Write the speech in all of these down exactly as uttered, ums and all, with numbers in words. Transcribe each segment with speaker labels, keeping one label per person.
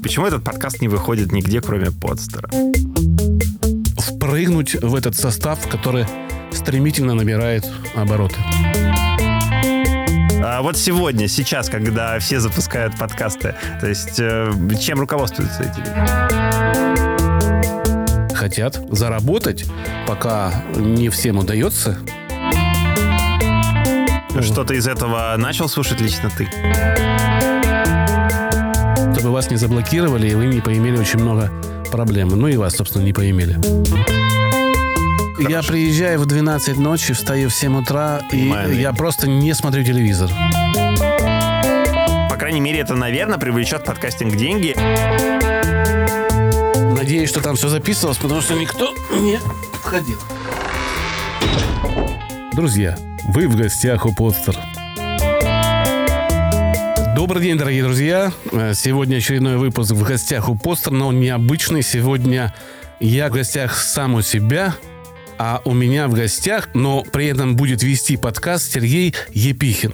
Speaker 1: почему этот подкаст не выходит нигде, кроме Подстера?
Speaker 2: Впрыгнуть в этот состав, который стремительно набирает обороты.
Speaker 1: А вот сегодня, сейчас, когда все запускают подкасты, то есть э, чем руководствуются эти люди?
Speaker 2: Хотят заработать, пока не всем удается.
Speaker 1: Что-то из этого начал слушать лично ты?
Speaker 2: Чтобы вас не заблокировали, и вы не поимели очень много проблем. Ну и вас, собственно, не поимели. Хорошо. Я приезжаю в двенадцать ночи, встаю в семь утра, Понимаю. и я просто не смотрю телевизор.
Speaker 1: По крайней мере, это, наверное, привлечет подкастинг деньги.
Speaker 2: Надеюсь, что там все записывалось, потому что никто не входил. Друзья, вы в гостях у Подстер. Добрый день, дорогие друзья. Сегодня очередной выпуск в гостях у Подстер, но необычный. Сегодня я в гостях сам у себя, а у меня в гостях, но при этом будет вести подкаст Сергей Епихин.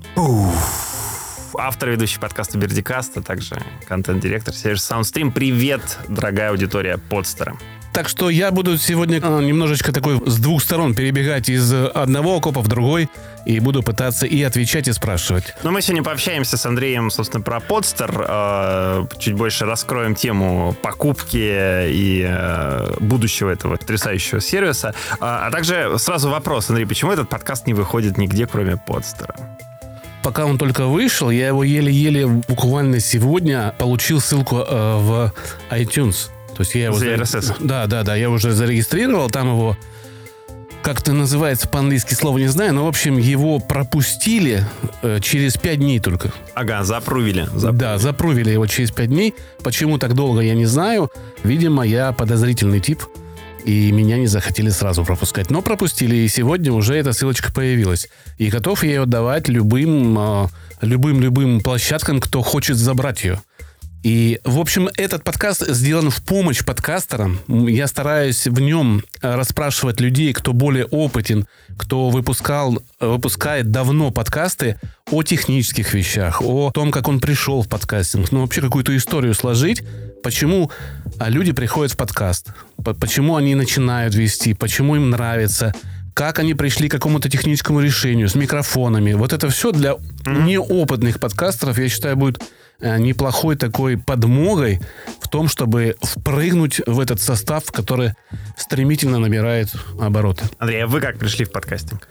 Speaker 1: Уф. Автор и ведущий подкаста Бердикаст, а также контент-директор сервиса Soundstream. Привет, дорогая аудитория Подстера.
Speaker 2: Так что я буду сегодня немножечко такой с двух сторон перебегать из одного окопа в другой и буду пытаться и отвечать, и спрашивать.
Speaker 1: Но мы сегодня пообщаемся с Андреем, собственно, про Подстер. Чуть больше раскроем тему покупки и будущего этого потрясающего сервиса. А также сразу вопрос, Андрей, почему этот подкаст не выходит нигде, кроме Подстера?
Speaker 2: Пока он только вышел, я его еле-еле буквально сегодня получил ссылку э, в iTunes. То есть я его
Speaker 1: эр эс эс.
Speaker 2: Да, да, да, я уже зарегистрировал, там его, как это называется по-английски, слово не знаю, но, в общем, его пропустили э, через пять дней только.
Speaker 1: Ага, запрувили, запрувили.
Speaker 2: Да, запрувили его через пять дней. Почему так долго, я не знаю. Видимо, я подозрительный тип, и меня не захотели сразу пропускать. Но пропустили, и сегодня уже эта ссылочка появилась. И готов я ее давать любым, э, любым-любым площадкам, кто хочет забрать ее. И, в общем, этот подкаст сделан в помощь подкастерам. Я стараюсь в нем расспрашивать людей, кто более опытен, кто выпускал, выпускает давно подкасты, о технических вещах, о том, как он пришел в подкастинг. Ну, вообще какую-то историю сложить, почему люди приходят в подкаст, почему они начинают вести, почему им нравится, как они пришли к какому-то техническому решению с микрофонами. Вот это все для mm-hmm. неопытных подкастеров, я считаю, будет неплохой такой подмогой в том, чтобы впрыгнуть в этот состав, который стремительно набирает обороты.
Speaker 1: Андрей, а вы как пришли в подкастинг?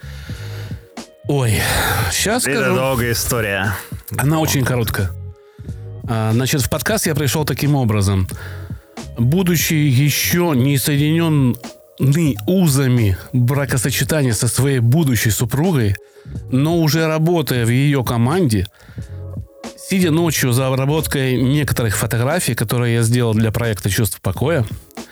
Speaker 2: Ой, сейчас
Speaker 1: Это
Speaker 2: скажу.
Speaker 1: долгая история.
Speaker 2: Она очень короткая. Значит, в подкаст я пришел таким образом. Будучи еще не соединенный узами бракосочетания со своей будущей супругой, но уже работая в ее команде, сидя ночью за обработкой некоторых фотографий, которые я сделал для проекта «Чувство покоя»,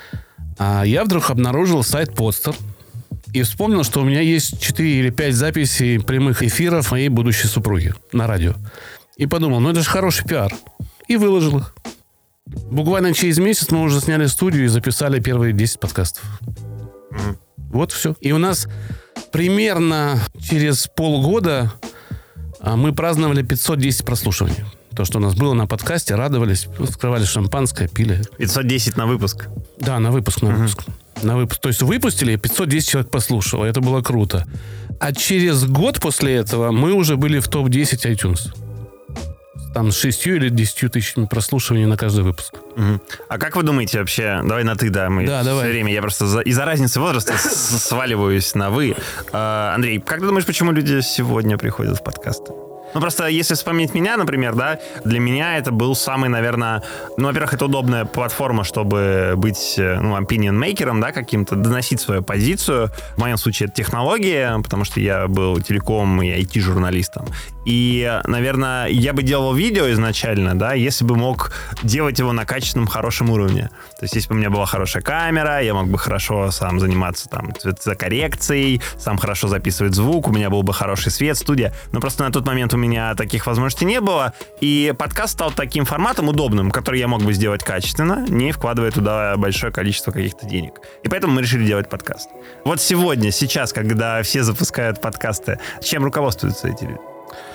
Speaker 2: я вдруг обнаружил сайт Подстер и вспомнил, что у меня есть четыре или пять записей прямых эфиров моей будущей супруги на радио. И подумал, ну это же хороший пиар. И выложил их. Буквально через месяц мы уже сняли студию и записали первые десять подкастов. Mm-hmm. Вот все. И у нас примерно через полгода мы праздновали пятьсот десять прослушиваний. То, что у нас было на подкасте, радовались, открывали шампанское, пили.
Speaker 1: пятьсот десять на выпуск?
Speaker 2: Да, на выпуск, на выпуск. Uh-huh. На выпуск. То есть выпустили, пятьсот десять человек послушало. Это было круто. А через год после этого мы уже были в топ десять iTunes. Там с шестью или десятью тысячами прослушиваний на каждый выпуск.
Speaker 1: Угу. А как вы думаете вообще... Давай на ты, да. Мы
Speaker 2: да,
Speaker 1: все
Speaker 2: давай.
Speaker 1: время... Я просто за, из-за разницы возраста сваливаюсь на вы. А, Андрей, как ты думаешь, почему люди сегодня приходят в подкасты? Ну, просто если вспомнить меня, например, да, для меня это был самый, наверное... Ну, во-первых, это удобная платформа, чтобы быть, ну, opinion-мейкером, да, каким-то, доносить свою позицию. В моем случае это технология, потому что я был телеком и ай ти-журналистом. И, наверное, я бы делал видео изначально, да, если бы мог делать его на качественном, хорошем уровне. То есть, если бы у меня была хорошая камера, я мог бы хорошо сам заниматься там цветокоррекцией, сам хорошо записывать звук, у меня был бы хороший свет, студия. Но просто на тот момент у меня таких возможностей не было, и подкаст стал таким форматом удобным, который я мог бы сделать качественно, не вкладывая туда большое количество каких-то денег. И поэтому мы решили делать подкаст. Вот сегодня, сейчас, когда все запускают подкасты, чем руководствуются эти люди?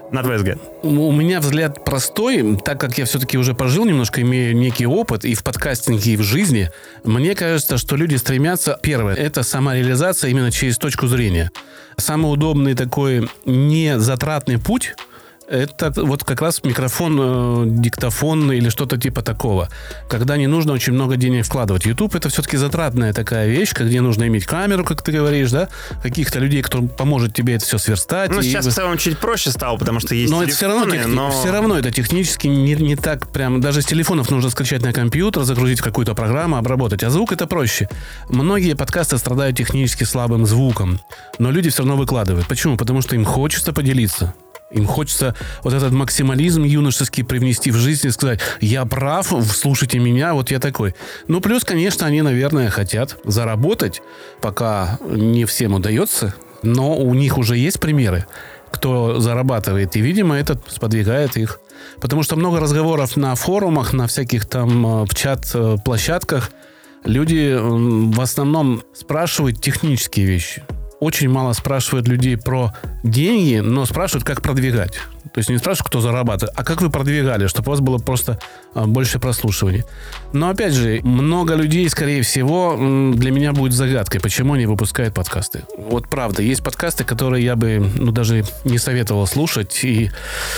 Speaker 1: На твой взгляд?
Speaker 2: У меня взгляд простой, так как я все-таки уже пожил немножко, имею некий опыт и в подкастинге, и в жизни. Мне кажется, что люди стремятся, первое, это самореализация именно через точку зрения. Самый удобный такой незатратный путь — это вот как раз микрофон, э, диктофон или что-то типа такого. Когда не нужно очень много денег вкладывать. YouTube — это все-таки затратная такая вещь, где нужно иметь камеру, как ты говоришь, да, каких-то людей, кто поможет тебе это все сверстать.
Speaker 1: Ну,
Speaker 2: и...
Speaker 1: сейчас в целом чуть проще стало, потому что есть
Speaker 2: но
Speaker 1: телефоны,
Speaker 2: это все равно, техни...
Speaker 1: но...
Speaker 2: все равно это технически не, не так прям... Даже с телефонов нужно скачать на компьютер, загрузить в какую-то программу, обработать. А звук — это проще. Многие подкасты страдают технически слабым звуком, но люди все равно выкладывают. Почему? Потому что им хочется поделиться. Им хочется вот этот максимализм юношеский привнести в жизнь и сказать: я прав, слушайте меня, вот я такой. Ну, плюс, конечно, они, наверное, хотят заработать, пока не всем удается, но у них уже есть примеры, кто зарабатывает, и, видимо, это сподвигает их. Потому что много разговоров на форумах, на всяких там в чат-площадках. Люди в основном спрашивают технические вещи. Очень мало спрашивают людей про деньги, но спрашивают, как продвигать. То есть не спрашивают, кто зарабатывает, а как вы продвигали, чтобы у вас было просто больше прослушиваний. Но, опять же, много людей, скорее всего, для меня будет загадкой, почему они выпускают подкасты. Вот правда, есть подкасты, которые я бы ну, даже не советовал слушать, и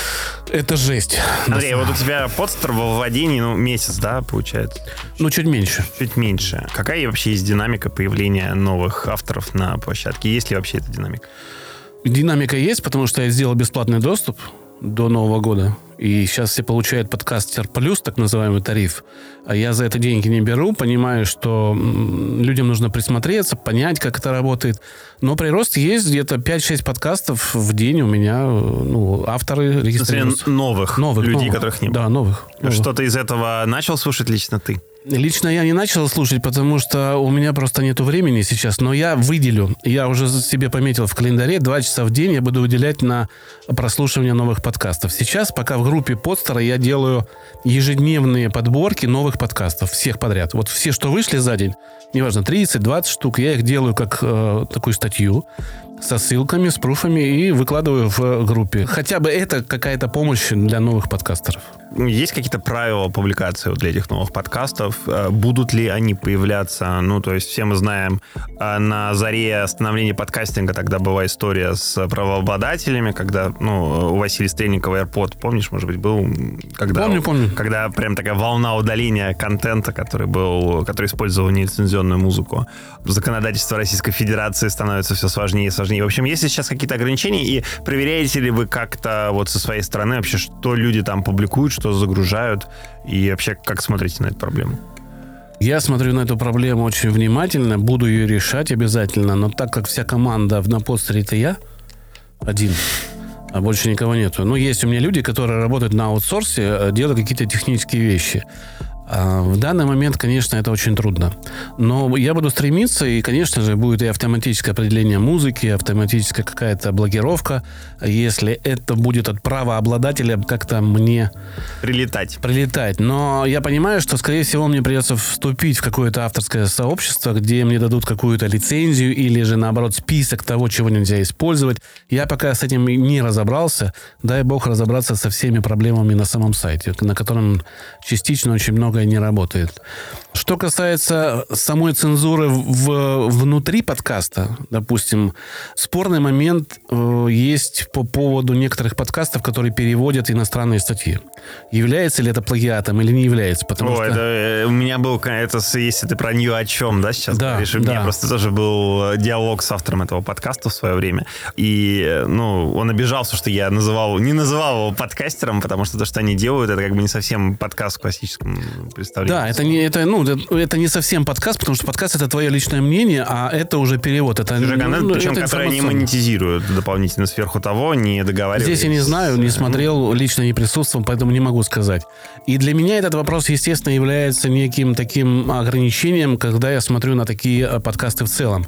Speaker 2: это жесть.
Speaker 1: Андрей, вот у тебя подстер во владении, ну, месяц, да, получается?
Speaker 2: Ну, чуть меньше.
Speaker 1: Чуть меньше. Какая вообще есть динамика появления новых авторов на площадке? Есть ли вообще эта динамика?
Speaker 2: Динамика есть, потому что я сделал бесплатный доступ до Нового года. И сейчас все получают подкастер плюс, так называемый тариф. А я за это деньги не беру, понимаю, что людям нужно присмотреться, понять, как это работает. Но прирост есть, где-то пять-шесть подкастов в день у меня, ну, авторы регистрируются.
Speaker 1: Новых,
Speaker 2: новых
Speaker 1: людей,
Speaker 2: новых.
Speaker 1: которых не было?
Speaker 2: Да, новых, новых.
Speaker 1: Что-то из этого начал слушать лично ты?
Speaker 2: Лично я не начал слушать, потому что у меня просто нету времени сейчас, но я выделю, я уже себе пометил в календаре, два часа в день я буду выделять на прослушивание новых подкастов. Сейчас, пока в группе Подстера, я делаю ежедневные подборки новых подкастов, всех подряд. Вот все, что вышли за день, неважно, тридцать-двадцать штук, я их делаю как э, такую статью со ссылками, с пруфами и выкладываю в группе. Хотя бы это какая-то помощь для новых подкастеров.
Speaker 1: Есть какие-то правила публикации для этих новых подкастов? Будут ли они появляться? Ну, то есть все мы знаем, на заре становления подкастинга тогда была история с правообладателями, когда, ну, у Василия Стрельникова AirPod, помнишь, может быть, был? Когда,
Speaker 2: помню, помню.
Speaker 1: Когда прям такая волна удаления контента, который был, который использовал нелицензионную музыку. Законодательство Российской Федерации становится все сложнее и сложнее. В общем, есть ли сейчас какие-то ограничения, и проверяете ли вы как-то вот со своей стороны вообще, что люди там публикуют, что загружают, и вообще как смотрите на эту проблему?
Speaker 2: Я смотрю на эту проблему очень внимательно, буду ее решать обязательно, но так как вся команда на подстере это я один, а больше никого нету. Ну, есть у меня люди, которые работают на аутсорсе, делают какие-то технические вещи. В данный момент, конечно, это очень трудно. Но я буду стремиться, и, конечно же, будет и автоматическое определение музыки, и автоматическая какая-то блокировка, если это будет от правообладателя как-то мне...
Speaker 1: Прилетать.
Speaker 2: Прилетать. Но я понимаю, что, скорее всего, мне придется вступить в какое-то авторское сообщество, где мне дадут какую-то лицензию или же, наоборот, список того, чего нельзя использовать. Я пока с этим не разобрался. Дай бог разобраться со всеми проблемами на самом сайте, на котором частично очень много не работает. Что касается самой цензуры в, внутри подкаста, допустим, спорный момент э, есть по поводу некоторых подкастов, которые переводят иностранные статьи. Является ли это плагиатом или не является? Потому
Speaker 1: О,
Speaker 2: что...
Speaker 1: это, у меня был, это, если ты про нее о чем, да, сейчас
Speaker 2: да,
Speaker 1: говоришь, у
Speaker 2: да.
Speaker 1: меня просто тоже был диалог с автором этого подкаста в свое время, и, ну, он обижался, что я называл, не называл его подкастером, потому что то, что они делают, это как бы не совсем подкаст в классическом представлении.
Speaker 2: Да, это не, это, ну, это не совсем подкаст, потому что подкаст — это твое личное мнение, а это уже перевод. Это,
Speaker 1: уже контент,
Speaker 2: ну,
Speaker 1: причем,
Speaker 2: это
Speaker 1: который не монетизируют дополнительно сверху того, не договариваясь.
Speaker 2: Здесь я не знаю, не смотрел, лично не присутствовал, поэтому не могу сказать. И для меня этот вопрос, естественно, является неким таким ограничением, когда я смотрю на такие подкасты в целом.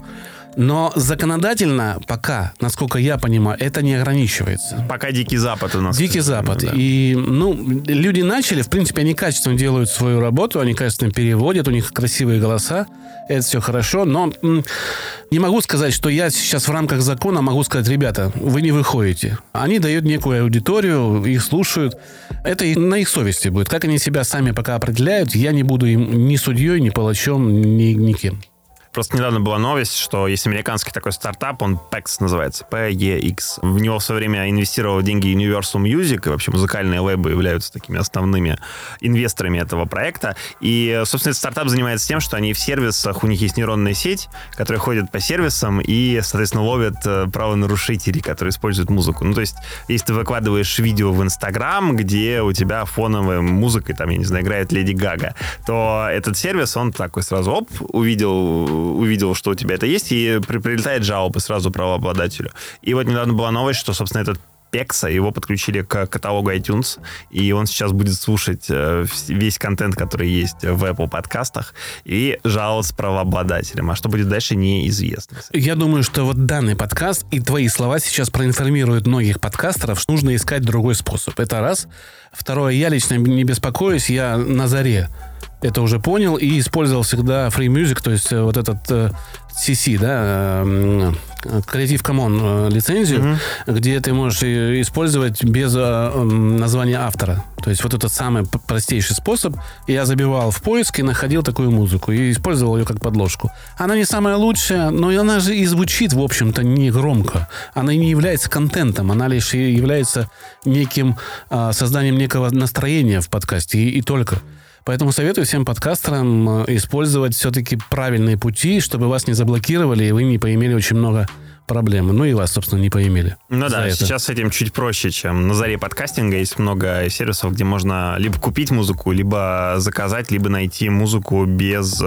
Speaker 2: Но законодательно пока, насколько я понимаю, это не ограничивается.
Speaker 1: Пока Дикий Запад у нас.
Speaker 2: Дикий Запад. Да. И, ну, люди начали, в принципе, они качественно делают свою работу, они качественно переводят, у них красивые голоса, это все хорошо, но м- не могу сказать, что я сейчас в рамках закона могу сказать, ребята, вы не выходите. Они дают некую аудиторию, их слушают. Это и на их совести будет. Как они себя сами пока определяют, я не буду им ни судьей, ни палачом, ни никем.
Speaker 1: Просто недавно была новость, что есть американский такой стартап, он пекс называется, пи и икс. В него в свое время инвестировал деньги Universal Music, и вообще музыкальные лейблы являются такими основными инвесторами этого проекта. И, собственно, этот стартап занимается тем, что они в сервисах, у них есть нейронная сеть, которая ходит по сервисам и, соответственно, ловит правонарушителей, которые используют музыку. Ну, то есть, если ты выкладываешь видео в Инстаграм, где у тебя фоновая музыка, там, я не знаю, играет Леди Гага, то этот сервис, он такой сразу, оп, увидел увидел, что у тебя это есть, и при, прилетает жалоба сразу правообладателю. И вот недавно была новость, что, собственно, этот Пекса, его подключили к каталогу iTunes, и он сейчас будет слушать э, весь контент, который есть в Apple подкастах, и жаловаться правообладателям. А что будет дальше, неизвестно.
Speaker 2: Я думаю, что вот данный подкаст и твои слова сейчас проинформируют многих подкастеров, что нужно искать другой способ. Это раз. Второе, я лично не беспокоюсь, я на заре это уже понял и использовал всегда Free Music, то есть вот этот э, си си, да, э, Creative Commons э, лицензию, mm-hmm. где ты можешь использовать без э, названия автора. То есть вот этот самый простейший способ. Я забивал в поиск и находил такую музыку и использовал ее как подложку. Она не самая лучшая, но она же и звучит, в общем-то, не громко. Она не является контентом, она лишь является неким э, созданием некого настроения в подкасте и, и только. Поэтому советую всем подкастерам использовать все-таки правильные пути, чтобы вас не заблокировали, и вы не поимели очень много проблем. Ну и вас, собственно, не поимели.
Speaker 1: Ну да, это. Сейчас с этим чуть проще, чем на заре подкастинга. Есть много сервисов, где можно либо купить музыку, либо заказать, либо найти музыку без,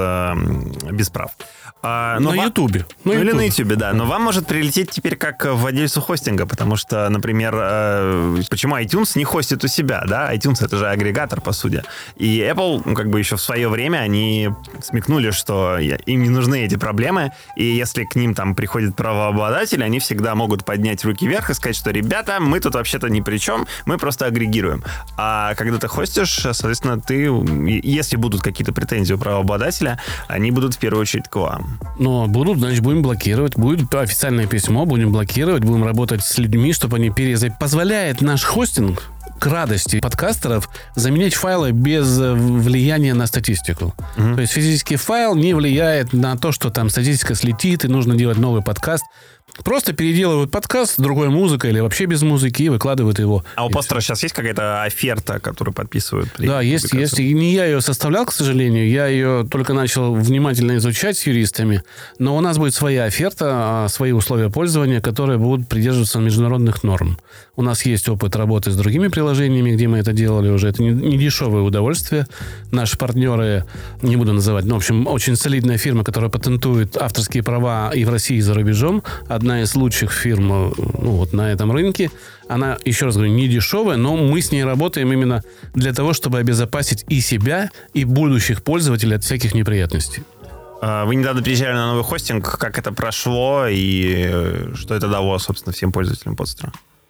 Speaker 1: без прав. А,
Speaker 2: на Ютубе.
Speaker 1: Ну, или на Ютубе, да. Но вам может прилететь теперь как владельцу хостинга, потому что, например, э, почему iTunes не хостит у себя, да? iTunes — это же агрегатор, по сути. И Apple, ну, как бы еще в свое время, они смекнули, что им не нужны эти проблемы, и если к ним там приходит правообладатель, они всегда могут поднять руки вверх и сказать, что, ребята, мы тут вообще-то ни при чем, мы просто агрегируем. А когда ты хостишь, соответственно, ты, если будут какие-то претензии у правообладателя, они будут в первую очередь к вам.
Speaker 2: Но будут, значит, будем блокировать. Будет официальное письмо, будем блокировать, будем работать с людьми, чтобы они перезаписали. Позволяет наш хостинг, к радости подкастеров, заменять файлы без влияния на статистику. Mm-hmm. То есть физический файл не влияет на то, что там статистика слетит, и нужно делать новый подкаст. Просто переделывают подкаст с другой музыкой или вообще без музыки и выкладывают его.
Speaker 1: А у Постера сейчас есть какая-то оферта, которую подписывают?
Speaker 2: Да, есть, есть. И не я ее составлял, к сожалению. Я ее только начал внимательно изучать с юристами. Но у нас будет своя оферта, свои условия пользования, которые будут придерживаться международных норм. У нас есть опыт работы с другими приложениями, где мы это делали уже. Это не, не дешевое удовольствие. Наши партнеры, не буду называть, но, в общем, очень солидная фирма, которая патентует авторские права и в России, и за рубежом. Одна из лучших фирм, ну, вот на этом рынке. Она, еще раз говорю, не дешевая, но мы с ней работаем именно для того, чтобы обезопасить и себя, и будущих пользователей от всяких неприятностей.
Speaker 1: Вы недавно приезжали на новый хостинг. Как это прошло и что это дало, собственно, всем пользователям Podster?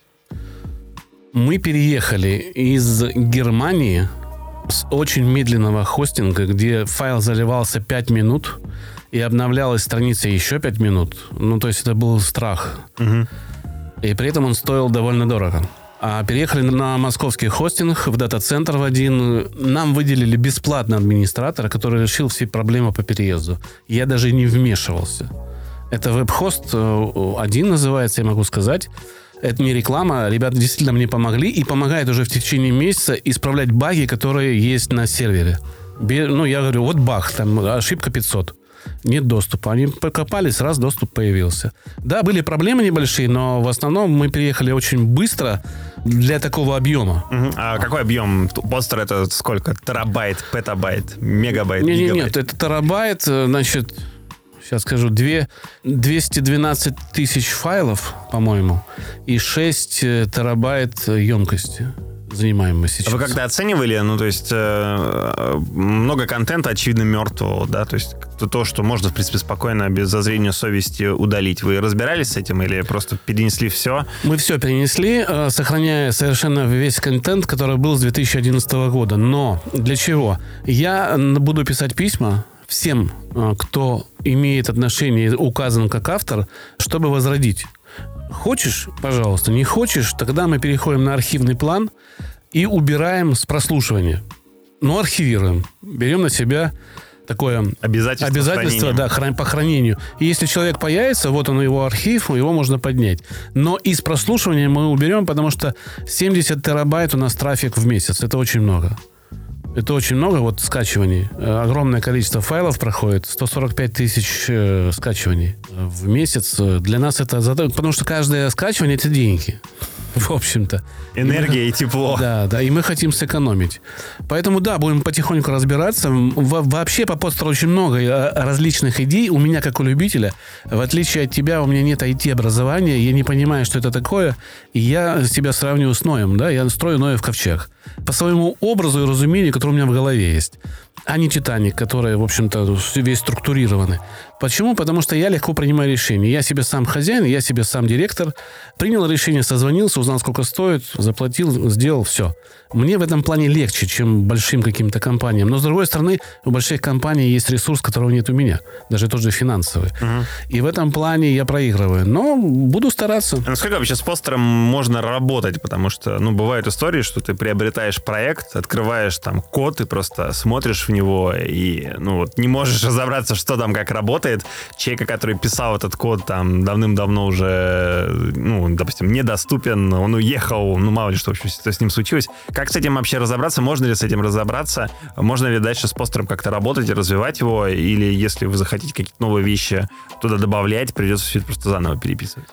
Speaker 2: Мы переехали из Германии с очень медленного хостинга, где файл заливался пять минут, и обновлялась страница еще пять минут. Ну, то есть это был страх.
Speaker 1: Угу.
Speaker 2: И при этом он стоил довольно дорого. А переехали на московский хостинг, в дата-центр в один. Нам выделили бесплатно администратора, который решил все проблемы по переезду. Я даже не вмешивался. Это веб-хост один называется, я могу сказать. Это не реклама. Ребята действительно мне помогли и помогают уже в течение месяца исправлять баги, которые есть на сервере. Ну, я говорю, вот баг, там ошибка пятьсот. Нет доступа. Они покопались, раз доступ появился. Да, были проблемы небольшие, но в основном мы приехали очень быстро для такого объема.
Speaker 1: Uh-huh. А какой объем? Постер это сколько? Терабайт, петабайт, мегабайт,
Speaker 2: не,
Speaker 1: гигабайт?
Speaker 2: Нет, нет, это терабайт, значит, сейчас скажу, двести двенадцать тысяч файлов, по-моему, и шесть терабайт емкости. Занимаем мы сейчас.
Speaker 1: А вы когда оценивали, ну, то есть, э, много контента, очевидно, мертвого, да? То есть, то, что можно, в принципе, спокойно, без зазрения совести удалить. Вы разбирались с этим или просто перенесли все?
Speaker 2: Мы все перенесли, сохраняя совершенно весь контент, который был с две тысячи одиннадцатого года. Но для чего? Я буду писать письма всем, кто имеет отношение, указан как автор, чтобы возродить. Хочешь, пожалуйста, не хочешь, тогда мы переходим на архивный план и убираем с прослушивания. Но архивируем. Берем на себя такое
Speaker 1: обязательство,
Speaker 2: обязательство да, хран- по хранению. И если человек появится, вот он его архив, его можно поднять. Но из прослушивания мы уберем, потому что семьдесят терабайт у нас трафик в месяц. Это очень много. Это очень много вот скачиваний. Огромное количество файлов проходит. сто сорок пять тысяч э, скачиваний в месяц. Для нас это... Потому что каждое скачивание — это деньги. В общем-то.
Speaker 1: Энергия и, мы, и тепло.
Speaker 2: Да, да. И мы хотим сэкономить. Поэтому, да, будем потихоньку разбираться. Во- вообще по подстеру очень много различных идей. У меня, как у любителя, в отличие от тебя, у меня нет ай ти-образования. Я не понимаю, что это такое. И я себя сравниваю с Ноем. Да? Я строю Ноев ковчег. По своему образу и разумению, которое у меня в голове есть. А не Титаник, которые, в общем-то, весь структурированы. Почему? Потому что я легко принимаю решения. Я себе сам хозяин, я себе сам директор. Принял решение, созвонился, узнал, сколько стоит, заплатил, сделал, все. Мне в этом плане легче, чем большим каким-то компаниям. Но, с другой стороны, у больших компаний есть ресурс, которого нет у меня. Даже тот же финансовый. Угу. И в этом плане я проигрываю. Но буду стараться.
Speaker 1: А насколько вообще с постером можно работать? Потому что, ну, бывают истории, что ты приобретаешь проект, открываешь там код и просто смотришь в него и, ну, вот, не можешь разобраться, что там как работает. Человека, который писал этот код, там, давным-давно уже, ну, допустим, недоступен, он уехал, ну, мало ли что, что с ним случилось. Как с этим вообще разобраться? Можно ли с этим разобраться? Можно ли дальше с постером как-то работать и развивать его? Или если вы захотите какие-то новые вещи туда добавлять, придется все это просто заново переписывать?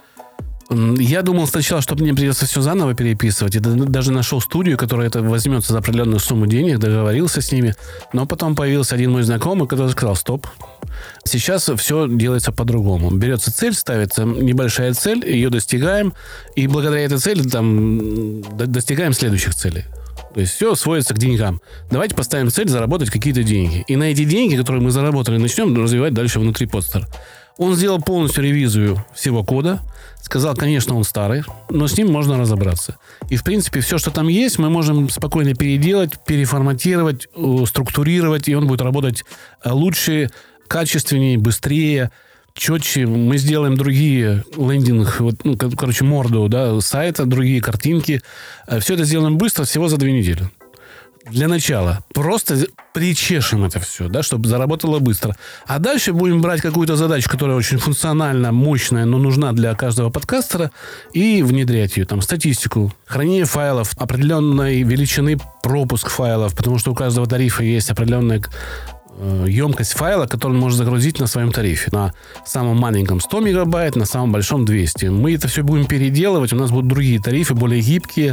Speaker 2: Я думал сначала, что мне придется все заново переписывать. Я даже нашел студию, которая это возьмется за определенную сумму денег, договорился с ними. Но потом появился один мой знакомый, который сказал: стоп. Сейчас все делается по-другому. Берется цель, ставится небольшая цель, ее достигаем. И благодаря этой цели там, достигаем следующих целей. То есть все сводится к деньгам. Давайте поставим цель заработать какие-то деньги. И на эти деньги, которые мы заработали, начнем развивать дальше внутри подстера. Он сделал полностью ревизию всего кода. Сказал, конечно, он старый, но с ним можно разобраться. И, в принципе, все, что там есть, мы можем спокойно переделать, переформатировать, структурировать, и он будет работать лучше, качественнее, быстрее, четче. Мы сделаем другие лендинг, вот, ну, короче, морду, да, сайта, другие картинки. Все это сделаем быстро, всего за две недели. Для начала. Просто причешем это все, да, чтобы заработало быстро. А дальше будем брать какую-то задачу, которая очень функциональна, мощная, но нужна для каждого подкастера, и внедрять ее. Там статистику, хранение файлов, определенной величины пропуск файлов, потому что у каждого тарифа есть определенная емкость файла, который он может загрузить на своем тарифе. На самом маленьком сто мегабайт, на самом большом двести. Мы это все будем переделывать. У нас будут другие тарифы, более гибкие,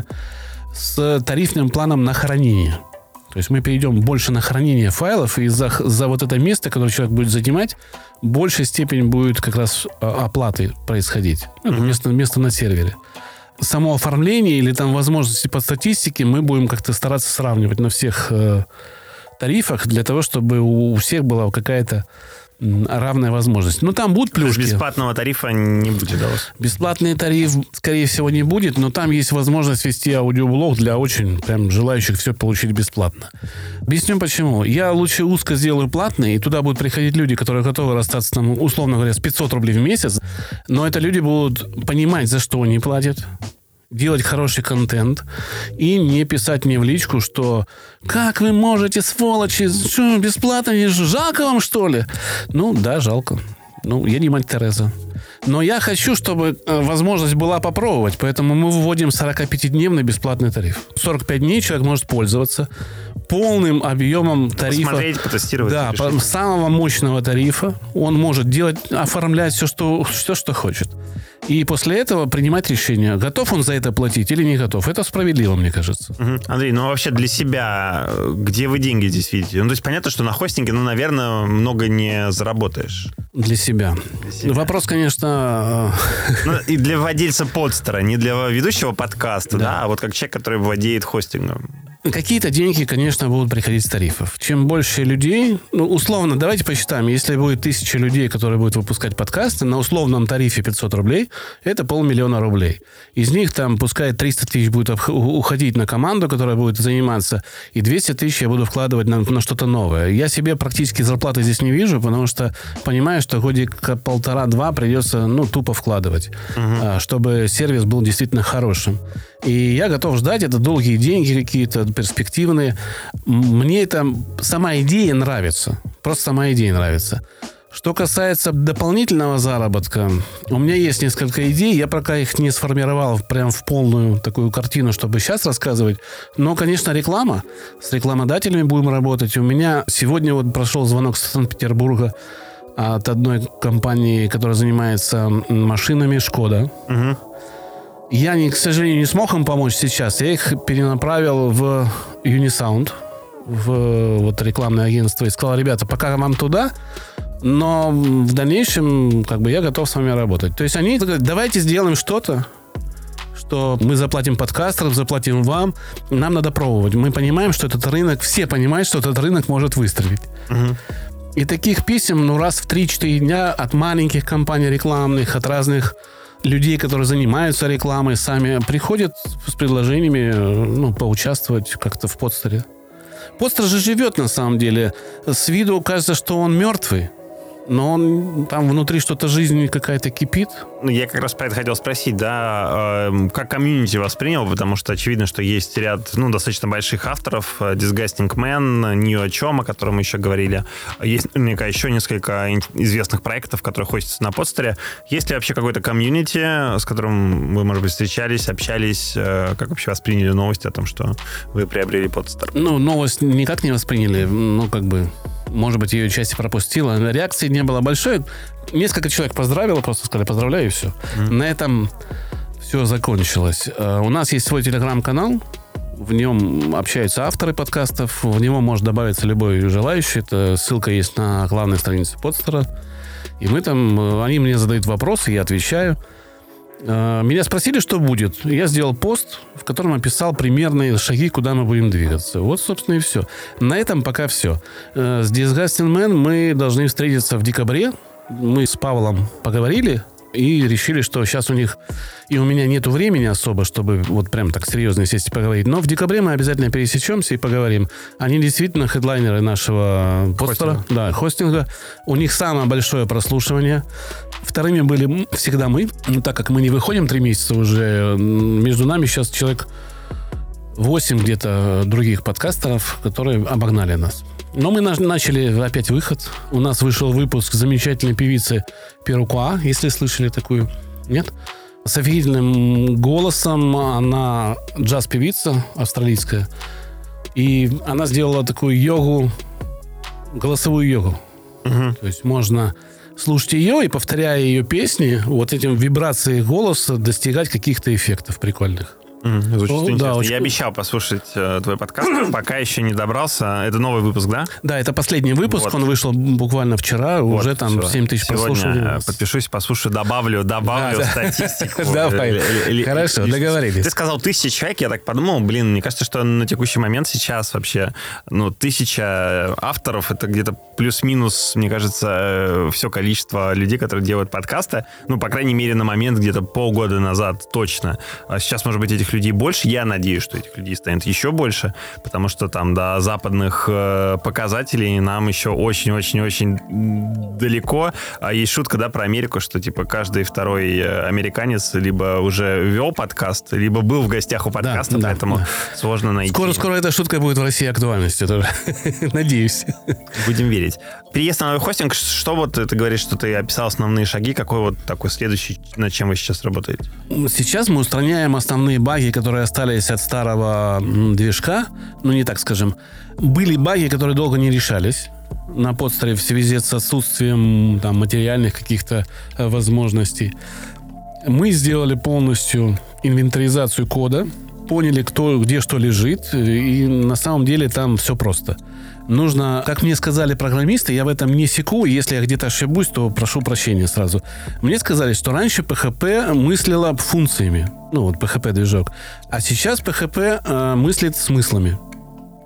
Speaker 2: с тарифным планом на хранение. То есть мы перейдем больше на хранение файлов, и за, за вот это место, которое человек будет занимать, большая степень будет как раз оплаты происходить. Mm-hmm. Место, место на сервере. Само оформление или там возможности по статистике мы будем как-то стараться сравнивать на всех э, тарифах для того, чтобы у, у всех была какая-то равная возможность. Но там будут плюшки.
Speaker 1: Бесплатного тарифа не будет, да, у вас?
Speaker 2: Бесплатный тариф, скорее всего, не будет, но там есть возможность вести аудиоблог для очень прям желающих все получить бесплатно. Объясню почему. Я лучше узко сделаю платный, и туда будут приходить люди, которые готовы расстаться, там, условно говоря, с пятьсот рублей в месяц, но это люди будут понимать, за что они платят, делать хороший контент и не писать мне в личку, что «Как вы можете, сволочи, что, бесплатно, не жалко вам, что ли?» Ну, да, жалко. Ну, я не мать Тереза. Но я хочу, чтобы возможность была попробовать, поэтому мы вводим сорокапятидневный бесплатный тариф. сорок пять дней человек может пользоваться полным объемом тарифа.
Speaker 1: Посмотреть, потестировать.
Speaker 2: Да, по, самого мощного тарифа. Он может делать, оформлять все, что, все, что хочет. И после этого принимать решение, готов он за это платить или не готов. Это справедливо, мне кажется.
Speaker 1: Угу. Андрей, ну вообще для себя, где вы деньги здесь видите? Ну, то есть понятно, что на хостинге, ну, наверное, много не заработаешь.
Speaker 2: Для себя. Для себя. Вопрос, конечно...
Speaker 1: Ну, и для владельца подстера, не для ведущего подкаста, да, да, а вот как человек, который владеет хостингом.
Speaker 2: Какие-то деньги, конечно, будут приходить с тарифов. Чем больше людей, ну, условно, давайте посчитаем, если будет тысяча людей, которые будут выпускать подкасты, на условном тарифе пятьсот рублей, это полмиллиона рублей. Из них там, пускай триста тысяч будет уходить на команду, которая будет заниматься, и двести тысяч я буду вкладывать на, на что-то новое. Я себе практически зарплаты здесь не вижу, потому что понимаю, что годика полтора-два придется, ну, тупо вкладывать, угу. чтобы сервис был действительно хорошим. И я готов ждать, это долгие деньги какие-то, перспективные. Мне это сама идея нравится. Просто сама идея нравится. Что касается дополнительного заработка, у меня есть несколько идей. Я пока их не сформировал прям в полную такую картину, чтобы сейчас рассказывать. Но, конечно, реклама. С рекламодателями будем работать. У меня сегодня вот прошел звонок с Санкт-Петербурга от одной компании, которая занимается машинами, Шкода. Угу. Я, не, к сожалению, не смог им помочь сейчас. Я их перенаправил в Unisound, в вот рекламное агентство, и сказал: ребята, пока вам туда, но в дальнейшем как бы я готов с вами работать. То есть они говорят: давайте сделаем что-то, что мы заплатим подкастерам, заплатим вам, нам надо пробовать. Мы понимаем, что этот рынок, все понимают, что этот рынок может выстрелить. Угу. И таких писем, ну, раз в три-четыре дня от маленьких компаний рекламных, от разных людей, которые занимаются рекламой, сами приходят с предложениями, ну, поучаствовать как-то в подстере. Подстер же живет, на самом деле. С виду кажется, что он мертвый, но он, там внутри что-то, жизнь какая-то кипит.
Speaker 1: Ну, я как раз про это хотел спросить, да, э, как комьюнити воспринял, потому что очевидно, что есть ряд, ну, достаточно больших авторов, Disgusting Man, Ни о чем, о котором мы еще говорили. Есть наверняка еще несколько известных проектов, которые хостятся на подстере. Есть ли вообще какой-то комьюнити, с которым вы, может быть, встречались, общались, э, как вообще восприняли новости о том, что вы приобрели подстер?
Speaker 2: Ну, новость никак не восприняли, ну, как бы, может быть, ее часть пропустила. Реакции не было большой. Несколько человек поздравило, просто сказали поздравляю, и все. Mm-hmm. На этом все закончилось. У нас есть свой телеграм-канал. В нем общаются авторы подкастов. В него может добавиться любой желающий. Это ссылка есть на главной странице подстера. И мы там... Они мне задают вопросы, я отвечаю. Меня спросили, что будет. Я сделал пост, в котором описал примерные шаги, куда мы будем двигаться. Вот, собственно, и все. На этом пока все. С Disgusting Man мы должны встретиться в декабре. Мы с Павлом поговорили и решили, что сейчас у них и у меня нету времени особо, чтобы вот прям так серьезно сесть и поговорить. Но в декабре мы обязательно пересечемся и поговорим. Они действительно хедлайнеры нашего подстера, да, хостинга. У них самое большое прослушивание. Вторыми были всегда мы. Но так как мы не выходим три месяца уже, между нами сейчас человек восемь где-то других подкастеров, которые обогнали нас. Но мы начали опять выход. У нас вышел выпуск замечательной певицы Перукуа, если слышали такую. Нет? С офигительным голосом. Она джаз-певица австралийская. И она сделала такую йогу, голосовую йогу. Угу. То есть можно слушать ее и, повторяя ее песни, вот этим вибрацией голоса достигать каких-то эффектов прикольных.
Speaker 1: Mm, звучит О, интересно. Да, очень... Я обещал послушать э, твой подкаст, пока еще не добрался. Это новый выпуск, да?
Speaker 2: Да, это последний выпуск. Вот. Он вышел буквально вчера. Вот, уже там все. семь тысяч прослушиваний.
Speaker 1: Сегодня подпишусь, послушаю, добавлю, добавлю да, статистику.
Speaker 2: Давай. Хорошо, договорились.
Speaker 1: Ты сказал тысяча человек, я так подумал, блин, мне кажется, что на текущий момент сейчас вообще, ну, тысяча авторов, это где-то плюс-минус, мне кажется, все количество людей, которые делают подкасты. Ну, по крайней мере, на момент где-то полгода назад точно. А сейчас, может быть, этих людей больше. Я надеюсь, что этих людей станет еще больше, потому что там до западных э, показателей нам еще очень-очень-очень далеко. А есть шутка, да, про Америку, что типа каждый второй американец либо уже вел подкаст, либо был в гостях у подкаста, да, поэтому да, да. сложно найти.
Speaker 2: Скоро-скоро эта шутка будет в России актуальностью тоже. Надеюсь.
Speaker 1: Будем верить. Переезд на новый хостинг, что вот ты говоришь, что ты описал основные шаги, какой вот такой следующий, над чем вы сейчас работаете?
Speaker 2: Сейчас мы устраняем основные баги, которые остались от старого движка, ну не так скажем. Были баги, которые долго не решались на подстере в связи с отсутствием там материальных каких-то возможностей. Мы сделали полностью инвентаризацию кода, поняли, кто, где что лежит, и на самом деле там все просто. Нужно, как мне сказали программисты, я в этом не секу, если я где-то ошибусь, то прошу прощения сразу. Мне сказали, что раньше пи эйч пи мыслила функциями, ну вот пи эйч пи-движок, а сейчас пи эйч пи э, мыслит смыслами.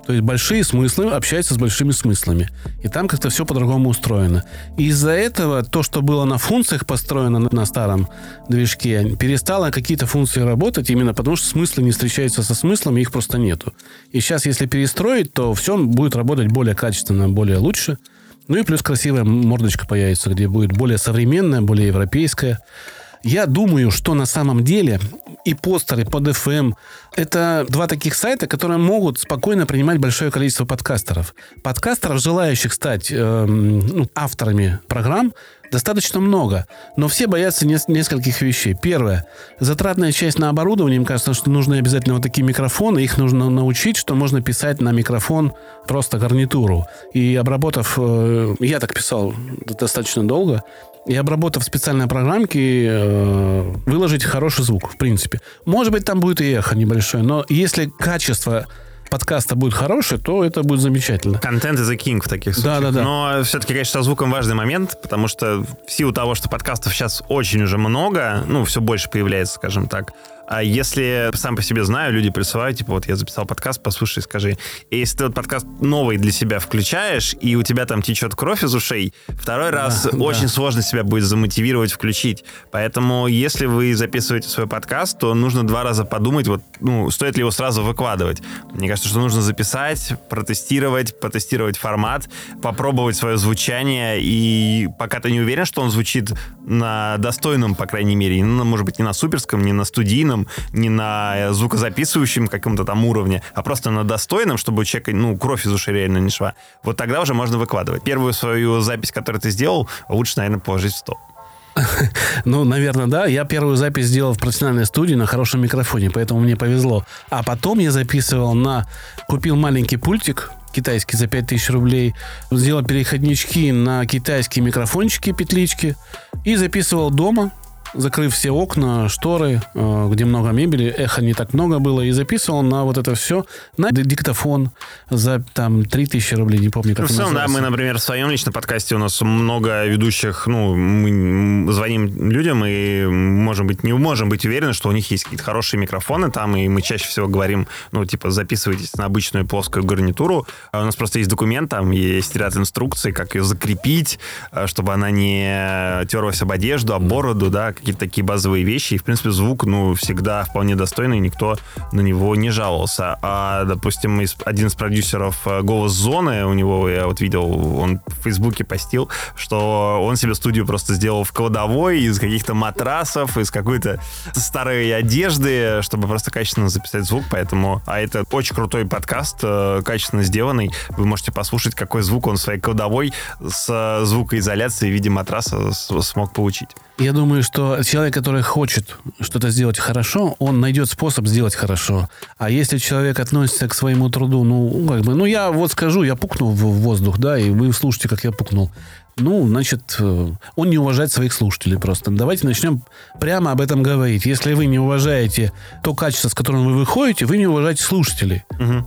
Speaker 2: То есть большие смыслы общаются с большими смыслами. И там как-то все по-другому устроено. И из-за этого то, что было на функциях построено на старом движке, перестало какие-то функции работать именно потому, что смыслы не встречаются со смыслами, их просто нету. И сейчас, если перестроить, то все будет работать более качественно, более лучше. Ну и плюс красивая мордочка появится, где будет более современная, более европейская. Я думаю, что на самом деле и Постер, и Под эф эм – это два таких сайта, которые могут спокойно принимать большое количество подкастеров. Подкастеров, желающих стать э, ну, авторами программ, достаточно много. Но все боятся не- нескольких вещей. Первое. Затратная часть на оборудование. Им кажется, что нужны обязательно вот такие микрофоны. Их нужно научить, что можно писать на микрофон просто гарнитуру. И обработав... Э, я так писал достаточно долго. И обработав специальные программки, э, выложить хороший звук, в принципе. Может быть, там будет и эхо небольшое, но если качество подкаста будет хорошее, то это будет замечательно.
Speaker 1: Контент is a king в таких случаях.
Speaker 2: Да, да, да.
Speaker 1: Но все-таки, конечно, со звуком важный момент, потому что в силу того, что подкастов сейчас очень уже много, ну, все больше появляется, скажем так. А если сам по себе знаю, люди присылают, типа, вот я записал подкаст, послушай, скажи. И если ты вот подкаст новый для себя включаешь, и у тебя там течет кровь из ушей, второй да, раз да. очень сложно себя будет замотивировать включить. Поэтому, если вы записываете свой подкаст, то нужно два раза подумать, вот, ну, стоит ли его сразу выкладывать. Мне кажется, что нужно записать, протестировать, потестировать формат, попробовать свое звучание, и пока ты не уверен, что он звучит на достойном, по крайней мере, ну, может быть, не на суперском, не на студийном, не на звукозаписывающем каком-то там уровне, а просто на достойном, чтобы у человека, ну, кровь из ушей реально не шла. Вот тогда уже можно выкладывать. Первую свою запись, которую ты сделал, лучше, наверное, положить в стол.
Speaker 2: Ну, наверное, да. Я первую запись сделал в профессиональной студии на хорошем микрофоне, поэтому мне повезло. А потом я записывал на... Купил маленький пультик китайский за пять тысяч рублей, сделал переходнички на китайские микрофончики, петлички и записывал дома, закрыв все окна, шторы, где много мебели, эхо не так много было, и записывал на вот это все на диктофон за там три тысячи рублей, не помню, как
Speaker 1: ну, в целом, да, мы, например, в своем личном подкасте у нас много ведущих, ну, мы звоним людям и можем быть, не можем быть уверены, что у них есть какие-то хорошие микрофоны там, и мы чаще всего говорим, ну, типа, записывайтесь на обычную плоскую гарнитуру. У нас просто есть документ, там есть ряд инструкций, как ее закрепить, чтобы она не терлась об одежду, об бороду, да, какие-то такие базовые вещи. И, в принципе, звук, ну, всегда вполне достойный, никто на него не жаловался. А, допустим, один из продюсеров «Голос Зоны», у него, я вот видел, он в Фейсбуке постил, что он себе студию просто сделал в кладовой из каких-то матрасов, из какой-то старой одежды, чтобы просто качественно записать звук, поэтому... А это очень крутой подкаст, качественно сделанный. Вы можете послушать, какой звук он в своей кладовой с звукоизоляцией в виде матраса смог получить.
Speaker 2: Я думаю, что человек, который хочет что-то сделать хорошо, он найдет способ сделать хорошо. А если человек относится к своему труду, ну, как бы, ну, я вот скажу, я пукнул в воздух, да, и вы слушаете, как я пукнул. Ну, значит, он не уважает своих слушателей просто. Давайте начнем прямо об этом говорить. Если вы не уважаете то качество, с которым вы выходите, вы не уважаете слушателей. Угу.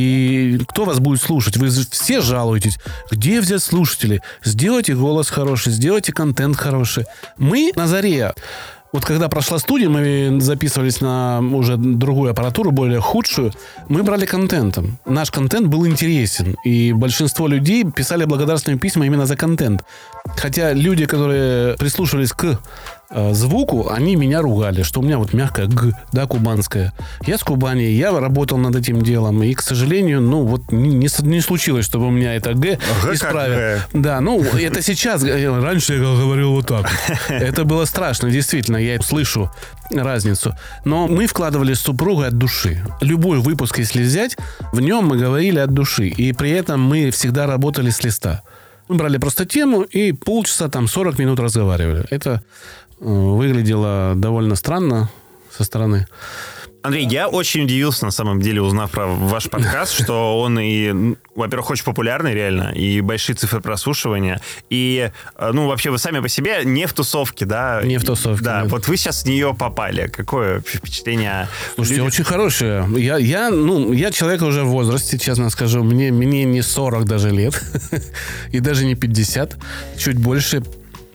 Speaker 2: И кто вас будет слушать? Вы все жалуетесь. Где взять слушателей? Сделайте голос хороший, сделайте контент хороший. Мы на заре. Вот когда прошла студия, мы записывались на уже другую аппаратуру, более худшую, мы брали контентом. Наш контент был интересен. И большинство людей писали благодарственные письма именно за контент. Хотя люди, которые прислушивались к э, звуку, они меня ругали, что у меня вот мягкая «г», да, кубанская. Я с Кубани, я работал над этим делом. И, к сожалению, ну, вот не, не случилось, чтобы у меня это «г»
Speaker 1: ага,
Speaker 2: исправили. Да, ну, это сейчас. Раньше я говорил вот так. Это было страшно, действительно. Я слышу разницу. Но мы вкладывали с супругой от души. Любой выпуск, если взять, в нем мы говорили от души. И при этом мы всегда работали с листа. Мы брали просто тему и полчаса, там, сорок минут разговаривали. Это э, выглядело довольно странно со стороны.
Speaker 1: Андрей, я очень удивился, на самом деле, узнав про ваш подкаст, что он и, во-первых, очень популярный реально, и большие цифры прослушивания, и, ну, вообще вы сами по себе не в тусовке, да?
Speaker 2: Не в тусовке.
Speaker 1: Да,
Speaker 2: нет.
Speaker 1: вот вы сейчас в нее попали. Какое впечатление?
Speaker 2: Слушайте,
Speaker 1: Люди...
Speaker 2: очень хорошее. Я, я, ну, я человек уже в возрасте, честно скажу. Мне, мне не сорок даже лет, и даже не пятьдесят, чуть больше.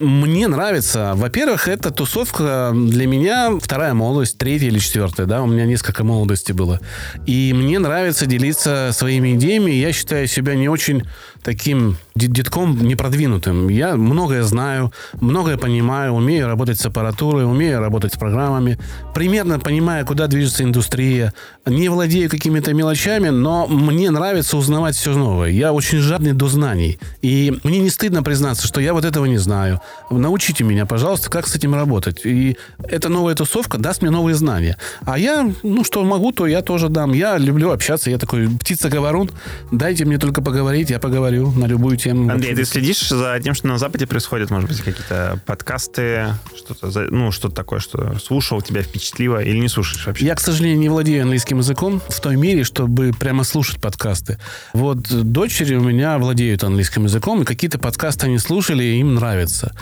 Speaker 2: мне нравится. Во-первых, эта тусовка для меня вторая молодость, третья или четвертая, да, у меня несколько молодостей было. И мне нравится делиться своими идеями. Я считаю себя не очень таким детком непродвинутым. Я многое знаю, многое понимаю, умею работать с аппаратурой, умею работать с программами, примерно понимаю, куда движется индустрия, не владею какими-то мелочами, но мне нравится узнавать все новое. Я очень жадный до знаний. И мне не стыдно признаться, что я вот этого не знаю. Научите меня, пожалуйста, как с этим работать. И эта новая тусовка даст мне новые знания. А я, ну, что могу, то я тоже дам. Я люблю общаться, я такой птица-говорун. Дайте мне только поговорить, я поговорю на любую тему.
Speaker 1: Андрей, ты следишь за тем, что на Западе происходит? Может быть, какие-то подкасты, что-то, ну, что-то такое, что слушал, тебя впечатлило или не слушаешь вообще?
Speaker 2: Я, к сожалению, не владею английским языком в той мере, чтобы прямо слушать подкасты. Вот дочери у меня владеют английским языком, и какие-то подкасты они слушали, и им нравится.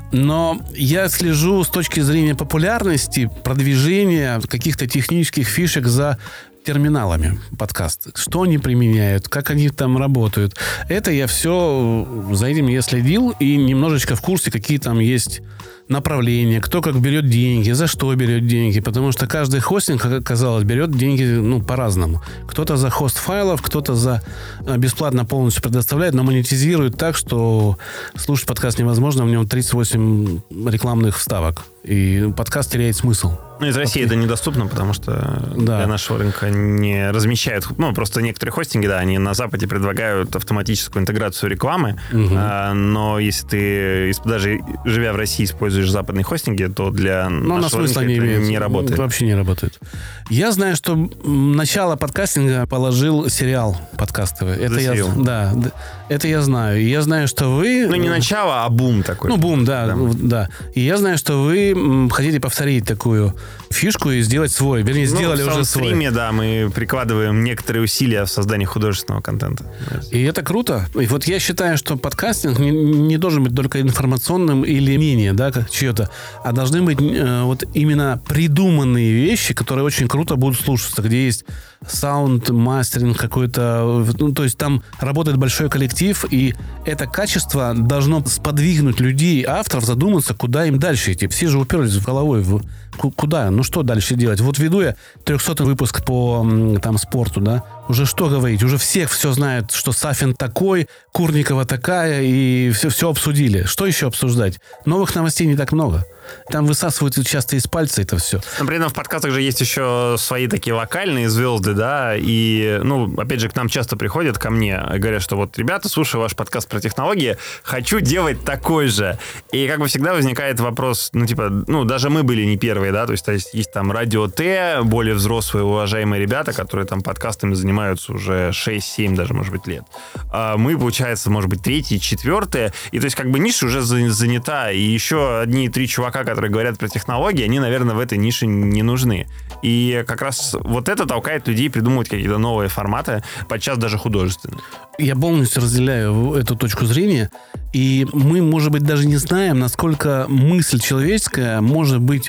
Speaker 2: Но я слежу с точки зрения популярности, продвижения каких-то технических фишек за терминалами подкаст. Что они применяют, как они там работают. Это я все, за этим я следил и немножечко в курсе, какие там есть направления, кто как берет деньги, за что берет деньги, потому что каждый хостинг, как оказалось, берет деньги, ну, по-разному. Кто-то за хост файлов, кто-то за бесплатно полностью предоставляет, но монетизирует так, что слушать подкаст невозможно, в нем тридцать восемь рекламных вставок, и подкаст теряет смысл.
Speaker 1: Ну, из России это недоступно, потому что да. для нашего рынка не размещают... Ну, просто некоторые хостинги, да, они на Западе предлагают автоматическую интеграцию рекламы, угу. а, но если ты, даже живя в России, используешь западные хостинги, то для но нашего рынка
Speaker 2: не,
Speaker 1: это не работает.
Speaker 2: Вообще не работает. Я знаю, что начало подкастинга положил сериал подкастовый. Это я, да, это я знаю. И я знаю, что вы...
Speaker 1: Ну, не начало, а бум такой.
Speaker 2: Ну, бум, да, да. да. И я знаю, что вы хотите повторить такую фишку и сделать свой. Вернее, сделали
Speaker 1: ну,
Speaker 2: уже свой.
Speaker 1: В стриме, да, мы прикладываем некоторые усилия в создании художественного контента.
Speaker 2: И это круто. И вот я считаю, что подкастинг не, не должен быть только информационным или мнение, да, как чье-то, а должны быть э, вот именно придуманные вещи, которые очень круто будут слушаться, где есть саунд, мастеринг какой-то, ну, то есть там работает большой коллектив, и это качество должно сподвигнуть людей, авторов, задуматься, куда им дальше идти. Все же уперлись в головой в куда? Ну, что дальше делать? Вот веду я трехсотый выпуск по там спорту, да? Уже что говорить? Уже всех все знают, что Сафин такой, Курникова такая, и все, все обсудили. Что еще обсуждать? Новых новостей не так много. Там высасывают часто из пальца это все.
Speaker 1: Но при этом в подкастах же есть еще свои такие локальные звезды, да, и, ну, опять же, к нам часто приходят, ко мне, и говорят, что вот, ребята, слушаю ваш подкаст про технологии, хочу делать такой же. И как бы всегда возникает вопрос, ну, типа, ну, даже мы были не первые, да, то есть, то есть, есть там Радио Т, более взрослые, уважаемые ребята, которые там подкастами занимаются уже шесть-семь даже, может быть, лет. А мы, получается, может быть, третьи, четвертые, и то есть, как бы ниша уже занята, и еще одни-три чувака, которые говорят про технологии, они, наверное, в этой нише не нужны. И как раз вот это толкает людей придумывать какие-то новые форматы, подчас даже художественные.
Speaker 2: Я полностью разделяю эту точку зрения, и мы, может быть, даже не знаем, насколько мысль человеческая может быть,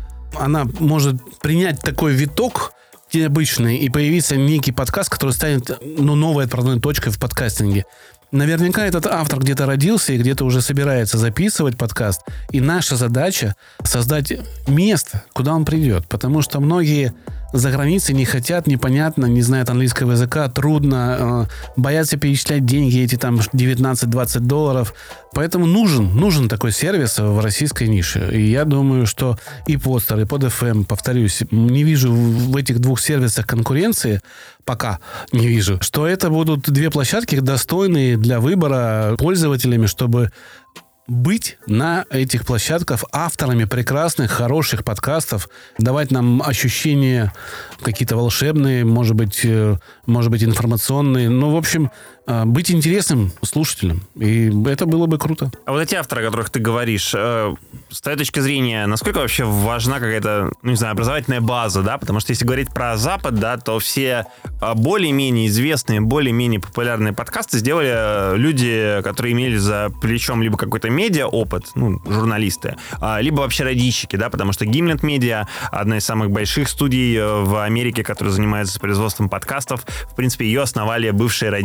Speaker 2: она может принять такой виток необычный и появиться некий подкаст, который станет, ну, новой отправной точкой в подкастинге. Наверняка этот автор где-то родился и где-то уже собирается записывать подкаст. И наша задача создать место, куда он придет. Потому что многие за границей не хотят, непонятно, не знают английского языка, трудно, э, боятся перечислять деньги, эти там девятнадцать-двадцать долларов. Поэтому нужен, нужен такой сервис в российской нише. И я думаю, что и Podster, и PodFM, повторюсь, не вижу в этих двух сервисах конкуренции, пока не вижу, что это будут две площадки, достойные для выбора пользователями, чтобы быть на этих площадках авторами прекрасных, хороших подкастов, давать нам ощущения какие-то волшебные, может быть, может быть, информационные. Ну, в общем, быть интересным слушателем. И это было бы круто.
Speaker 1: А вот эти авторы, о которых ты говоришь, э, с твоей точки зрения, насколько вообще важна какая-то, ну, не знаю, образовательная база, да? Потому что если говорить про Запад, да, то все более-менее известные, более-менее популярные подкасты сделали люди, которые имели за плечом либо какой-то медиа-опыт, ну, журналисты, либо вообще радищики, да, потому что Gimlet Media, одна из самых больших студий в Америке, которая занимается производством подкастов, в принципе, ее основали бывшие радищики.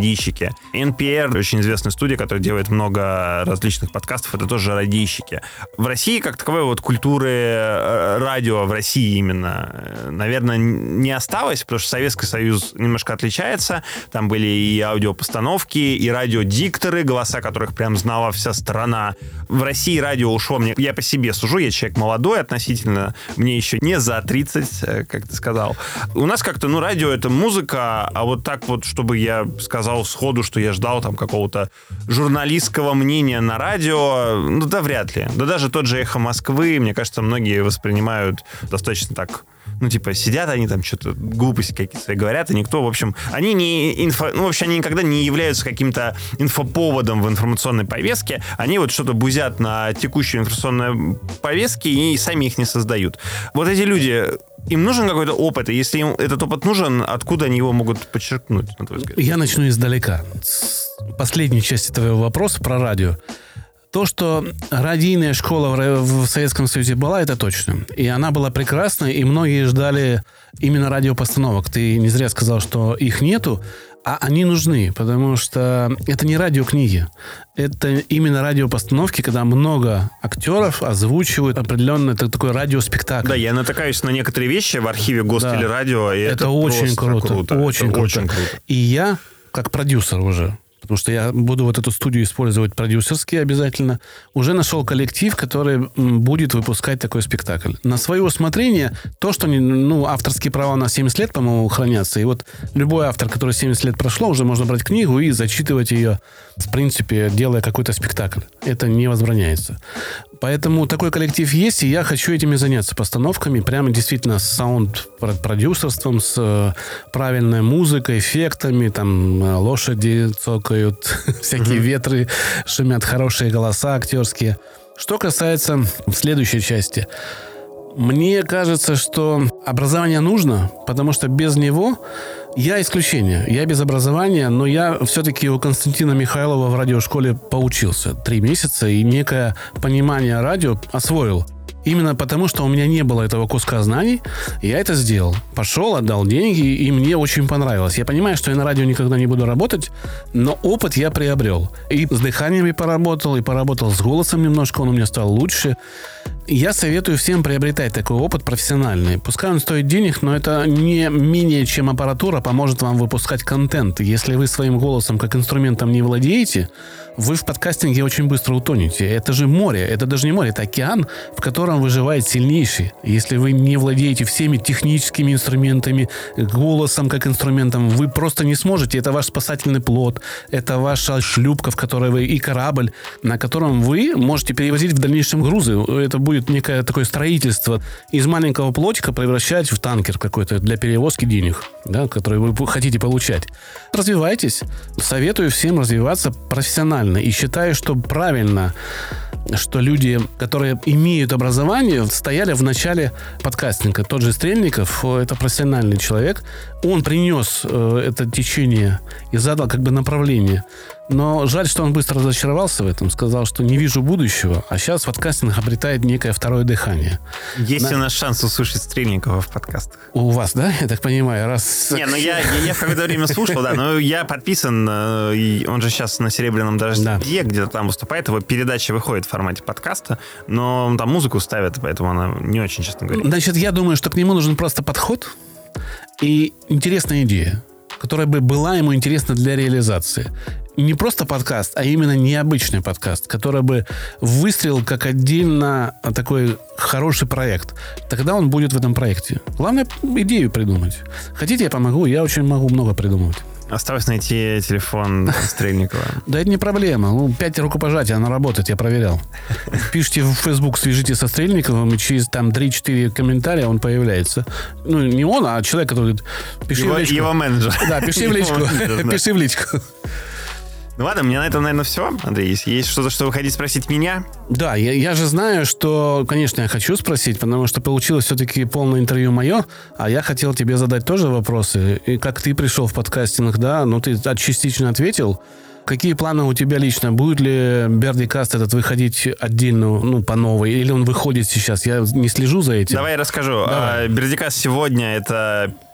Speaker 1: радийщики. эн пи ар, очень известная студия, которая делает много различных подкастов, это тоже радийщики. В России, как таковой, вот культуры радио в России именно, наверное, не осталось, потому что Советский Союз немножко отличается. Там были и аудиопостановки, и радиодикторы, голоса которых прям знала вся страна. В России радио ушло, мне, я по себе сужу, я человек молодой относительно, мне еще не за тридцать, как ты сказал. У нас как-то, ну, радио — это музыка, а вот так вот, чтобы я сказал сходу, что я ждал там какого-то журналистского мнения на радио, ну, да, вряд ли. Да даже тот же «Эхо Москвы», мне кажется, многие воспринимают достаточно так, ну, типа, сидят они там, что-то глупости какие-то свои говорят, и никто, в общем, они не инфо... Ну, вообще, они никогда не являются каким-то инфоповодом в информационной повестке. Они вот что-то бузят на текущей информационной повестке и сами их не создают. Вот эти люди, им нужен какой-то опыт, и если им этот опыт нужен, откуда они его могут подчеркнуть, на твой взгляд?
Speaker 2: Я начну издалека. С последней части твоего вопроса про радио. То, что радийная школа в Советском Союзе была, это точно. И она была прекрасной, и многие ждали именно радиопостановок. Ты не зря сказал, что их нету, а они нужны, потому что это не радиокниги. Это именно радиопостановки, когда много актеров озвучивают определенный такой радиоспектакль.
Speaker 1: Да, я натыкаюсь на некоторые вещи в архиве Гостелерадио,
Speaker 2: да.
Speaker 1: и это,
Speaker 2: это очень круто.
Speaker 1: круто.
Speaker 2: Очень,
Speaker 1: это
Speaker 2: круто.
Speaker 1: очень круто.
Speaker 2: И я, как продюсер уже, потому что я буду вот эту студию использовать продюсерски обязательно, уже нашел коллектив, который будет выпускать такой спектакль. На свое усмотрение, то, что ну, авторские права на семьдесят лет, по-моему, хранятся, и вот любой автор, который семьдесят лет прошло, уже можно брать книгу и зачитывать ее, в принципе, делая какой-то спектакль. Это не возбраняется. Поэтому такой коллектив есть, и я хочу этими заняться постановками, прямо действительно с саунд-продюсерством, с правильной музыкой, эффектами, там лошади цокают, всякие ветры шумят, хорошие голоса актерские. Что касается следующей части. Мне кажется, что образование нужно, потому что без него я исключение. Я без образования, но я все-таки у Константина Михайлова в радиошколе поучился три месяца и некое понимание радио освоил. Именно потому, что у меня не было этого куска знаний, я это сделал. Пошел, отдал деньги, и мне очень понравилось. Я понимаю, что я на радио никогда не буду работать, но опыт я приобрел. И с дыханиями поработал, и поработал с голосом немножко, он у меня стал лучше. Я советую всем приобретать такой опыт профессиональный. Пускай он стоит денег, но это не менее чем аппаратура поможет вам выпускать контент. Если вы своим голосом как инструментом не владеете, вы в подкастинге очень быстро утонете. Это же море. Это даже не море, это океан, в котором выживает сильнейший. Если вы не владеете всеми техническими инструментами, голосом как инструментом, вы просто не сможете. Это ваш спасательный плот, это ваша шлюпка, в которой вы, и корабль, на котором вы можете перевозить в дальнейшем грузы. Это будет некое такое строительство. Из маленького плотика превращать в танкер какой-то для перевозки денег, да, которые вы хотите получать. Развивайтесь. Советую всем развиваться профессионально. И считаю, что правильно, что люди, которые имеют образование, стояли в начале подкастинга. Тот же Стрельников, это профессиональный человек, он принес э, это течение и задал как бы направление. Но жаль, что он быстро разочаровался в этом, сказал, что не вижу будущего, а сейчас подкастинг обретает некое второе дихание.
Speaker 1: Есть
Speaker 2: да.
Speaker 1: у нас шанс услышать Стрельникова в подкастах.
Speaker 2: У вас, да? Я так понимаю, раз...
Speaker 1: Не, ну я, я, я в какое-то время слушал, да, но я подписан, и он же сейчас на «Серебряном дожде», да. где-то там выступает, его передача выходит в формате подкаста, но там музыку ставят, поэтому она не очень, честно говоря.
Speaker 2: Значит, я думаю, что к нему нужен просто подход и интересная идея, которая бы была ему интересна для реализации. Не просто подкаст, а именно необычный подкаст, который бы выстрелил как отдельно такой хороший проект. Тогда он будет в этом проекте. Главное, идею придумать. Хотите, я помогу? Я очень могу много придумывать.
Speaker 1: Осталось найти телефон Стрельникова.
Speaker 2: Да это не проблема. Ну, пять рукопожатий, она работает, я проверял. Пишите в Facebook, свяжитесь со Стрельниковым, и через там три-четыре комментария он появляется. Ну, не он, а человек, который... Пиши
Speaker 1: его,
Speaker 2: в личку.
Speaker 1: Его менеджер.
Speaker 2: Да, пиши в личку. Пиши в личку.
Speaker 1: Ну ладно, мне на этом, наверное, все. Андрей, если есть что-то, что вы хотите спросить меня?
Speaker 2: Да, я, я же знаю, что, конечно, я хочу спросить, потому что получилось все-таки полное интервью мое, а я хотел тебе задать тоже вопросы. И как ты пришел в подкастинг, да, ну ты частично ответил. Какие планы у тебя лично? Будет ли Бердикаст этот выходить отдельно, ну, по новой? Или он выходит сейчас? Я не слежу за этим.
Speaker 1: Давай я расскажу. Давай. Бердикаст сегодня — это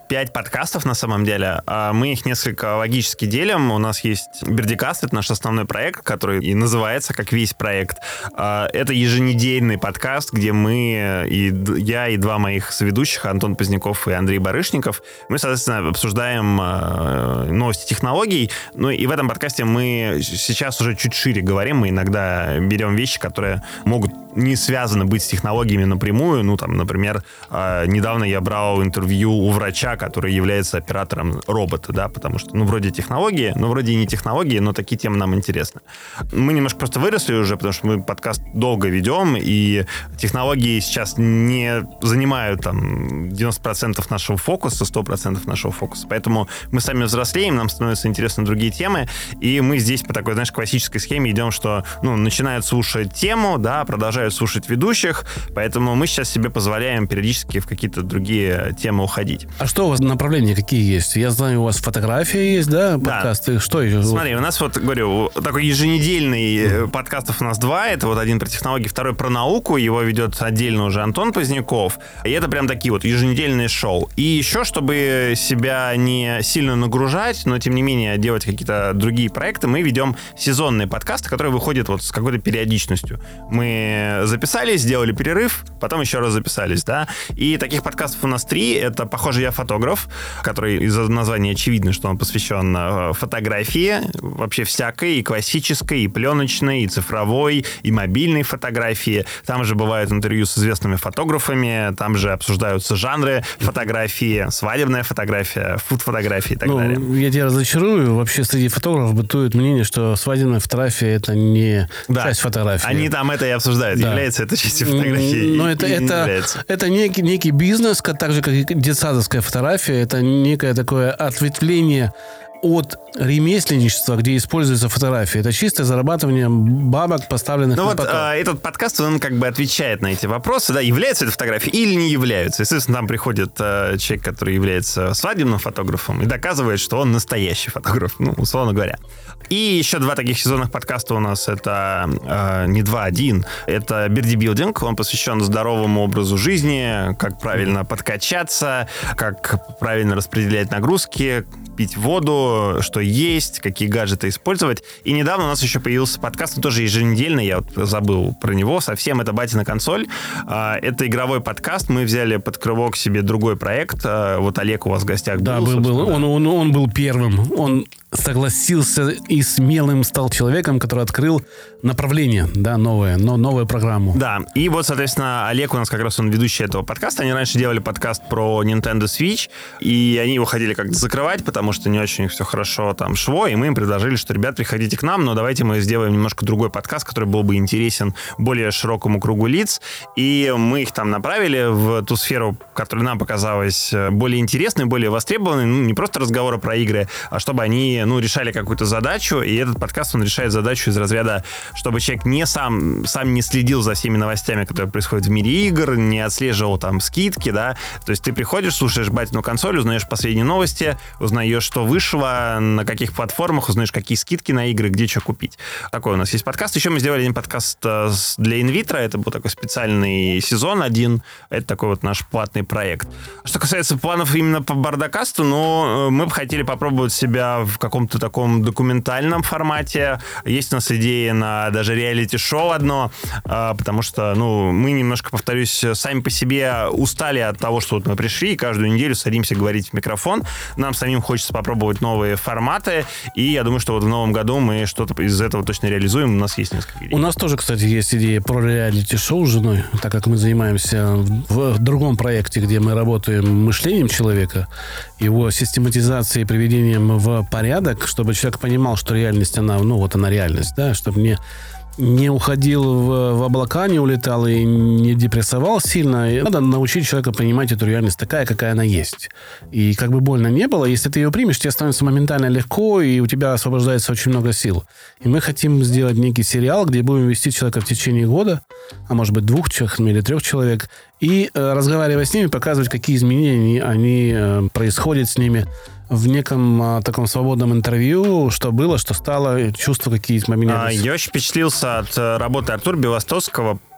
Speaker 1: пять подкастов на самом деле. Мы их несколько логически делим. У нас есть Бердикаст, это наш основной проект, который и называется как весь проект. Это еженедельный подкаст, где мы, и я и два моих соведущих, Антон Поздняков и Андрей Барышников, мы, соответственно, обсуждаем новости технологий. Ну и в этом подкасте мы сейчас уже чуть шире говорим. Мы иногда берем вещи, которые могут не связаны быть с технологиями напрямую. Ну, там, например, недавно я брал интервью у врача, который является оператором робота, да, потому что, ну, вроде технологии, но вроде и не технологии, но такие темы нам интересны. Мы немножко просто выросли уже, потому что мы подкаст долго ведем, и технологии сейчас не занимают там девяносто процентов нашего фокуса, сто процентов нашего фокуса. Поэтому мы сами взрослеем, нам становятся интересны другие темы, и мы здесь по такой, знаешь, классической схеме идем, что, ну, начинают слушать тему, да, продолжают слушать ведущих, поэтому мы сейчас себе позволяем периодически в какие-то другие темы уходить.
Speaker 2: А что у вас направления какие есть? Я знаю, у вас фотографии есть, да, подкасты? Да. Что еще?
Speaker 1: Смотри, у нас вот, говорю, такой еженедельный mm. подкастов у нас два. Это вот один про технологии, второй про науку. Его ведет отдельно уже Антон Поздняков. И это прям такие вот еженедельные шоу. И еще, чтобы себя не сильно нагружать, но тем не менее делать какие-то другие проекты, мы ведем сезонные подкасты, которые выходят вот с какой-то периодичностью. Мы записались, сделали перерыв, потом еще раз записались, да. И таких подкастов у нас три. Это «Похоже, я фотограф», который из-за названия очевидно, что он посвящен фотографии, вообще всякой, и классической, и пленочной, и цифровой, и мобильной фотографии. Там же бывают интервью с известными фотографами, там же обсуждаются жанры фотографии, свадебная фотография, фуд-фотография и так
Speaker 2: ну,
Speaker 1: далее.
Speaker 2: Я тебя разочарую. Вообще среди фотографов бытует мнение, что свадебная фотография — это не да. часть фотографии.
Speaker 1: Они там это и обсуждают. Да. Является это частью фотографии.
Speaker 2: Но это, это, это некий, некий бизнес, так же, как и детсадовская фотография. Это некое такое ответвление от ремесленничества, где используется фотография. Это чистое зарабатывание бабок, поставленных
Speaker 1: ну
Speaker 2: на
Speaker 1: вот
Speaker 2: поток.
Speaker 1: А, этот подкаст, он как бы отвечает на эти вопросы, да, является это фотографией или не является. Естественно, там приходит а, человек, который является свадебным фотографом и доказывает, что он настоящий фотограф, ну, условно говоря. И еще два таких сезонных подкаста у нас, это а, не два, один. Это «Бердибилдинг», он посвящен здоровому образу жизни, как правильно подкачаться, как правильно распределять нагрузки, пить воду, что есть, какие гаджеты использовать. И недавно у нас еще появился подкаст, он тоже еженедельный, я вот забыл про него совсем, это «Батина консоль». Это игровой подкаст, мы взяли под крыло к себе другой проект. Вот Олег у вас в гостях был.
Speaker 2: Да, был, был. Он, он, он был первым. Он согласился и смелым стал человеком, который открыл направление, да, новое, но новую программу.
Speaker 1: Да, и вот, соответственно, Олег у нас как раз он ведущий этого подкаста. Они раньше делали подкаст про Nintendo Switch, и они его хотели как-то закрывать, потому что не очень все хорошо там шло, и мы им предложили, что, ребят, приходите к нам, но давайте мы сделаем немножко другой подкаст, который был бы интересен более широкому кругу лиц, и мы их там направили в ту сферу, которая нам показалась более интересной, более востребованной, ну, не просто разговоры про игры, а чтобы они, ну, решали какую-то задачу, и этот подкаст, он решает задачу из разряда, чтобы человек не сам, сам не следил за всеми новостями, которые происходят в мире игр, не отслеживал там скидки, да, то есть ты приходишь, слушаешь «Батину консоль», узнаешь последние новости, узнаешь, что вышло, на каких платформах, узнаешь, какие скидки на игры, где что купить. Такой у нас есть подкаст. Еще мы сделали один подкаст для инвитро, это был такой специальный сезон один, это такой вот наш платный проект. Что касается планов именно по Бардакасту, ну, мы бы хотели попробовать себя в каком-то таком документальном формате. Есть у нас идеи на даже реалити-шоу одно, потому что, ну, мы немножко, повторюсь, сами по себе устали от того, что вот мы пришли и каждую неделю садимся говорить в микрофон. Нам самим хочется попробовать новые форматы, и я думаю, что вот в новом году мы что-то из этого точно реализуем. У нас есть несколько идей.
Speaker 2: У нас тоже, кстати, есть идея про реалити-шоу с женой, так как мы занимаемся в другом проекте, где мы работаем мышлением человека, его систематизацией, приведением в порядок, чтобы человек понимал, что реальность, она, ну, вот она реальность, да, чтобы не не уходил в, в облака, не улетал и не депрессовал сильно. И надо научить человека понимать эту реальность такая, какая она есть. И как бы больно не было, если ты ее примешь, тебе становится моментально легко, и у тебя освобождается очень много сил. И мы хотим сделать некий сериал, где будем вести человека в течение года, а может быть двух человек или трех человек, и э, разговаривая с ними, показывать, какие изменения они э, происходят с ними в неком а, таком свободном интервью, что было, что стало, чувства какие-то поменялись.
Speaker 1: Я очень впечатлился от работы Артура Белостоцкого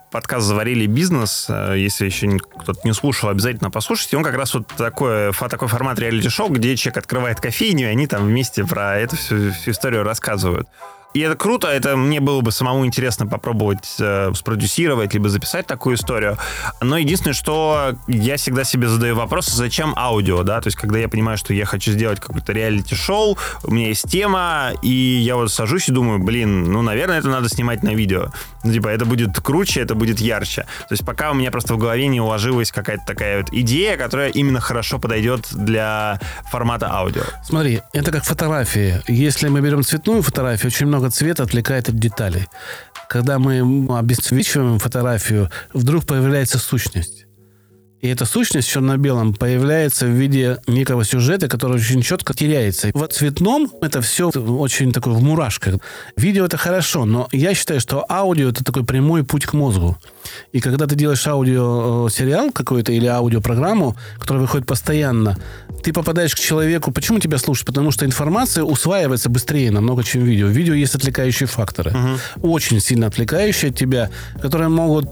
Speaker 1: подкаст «Заварили бизнес». Если еще кто-то не слушал, обязательно послушайте. Он как раз вот такой, такой формат реалити-шоу, где человек открывает кофейню, и они там вместе про эту всю, всю историю рассказывают. И это круто, это мне было бы самому интересно попробовать э, спродюсировать, либо записать такую историю. Но единственное, что я всегда себе задаю вопрос, зачем аудио, да, то есть когда я понимаю, что я хочу сделать какое-то реалити-шоу, у меня есть тема, и я вот сажусь и думаю, блин, ну, наверное, это надо снимать на видео. Ну, типа, это будет круче, это будет ярче. То есть пока у меня просто в голове не уложилась какая-то такая вот идея, которая именно хорошо подойдет для формата аудио.
Speaker 2: Смотри, это как фотографии. Если мы берем цветную фотографию, очень много цвета отвлекает от деталей. Когда мы обесцвечиваем фотографию, вдруг появляется сущность. И эта сущность в черно-белом появляется в виде некого сюжета, который очень четко теряется. В цветном это все очень такое в мурашках. Видео это хорошо, но я считаю, что аудио это такой прямой путь к мозгу. И когда ты делаешь аудиосериал какой-то или аудиопрограмму, которая выходит постоянно, ты попадаешь к человеку. Почему тебя слушать? Потому что информация усваивается быстрее намного, чем видео. В видео есть отвлекающие факторы. Угу. Очень сильно отвлекающие от тебя, которые могут...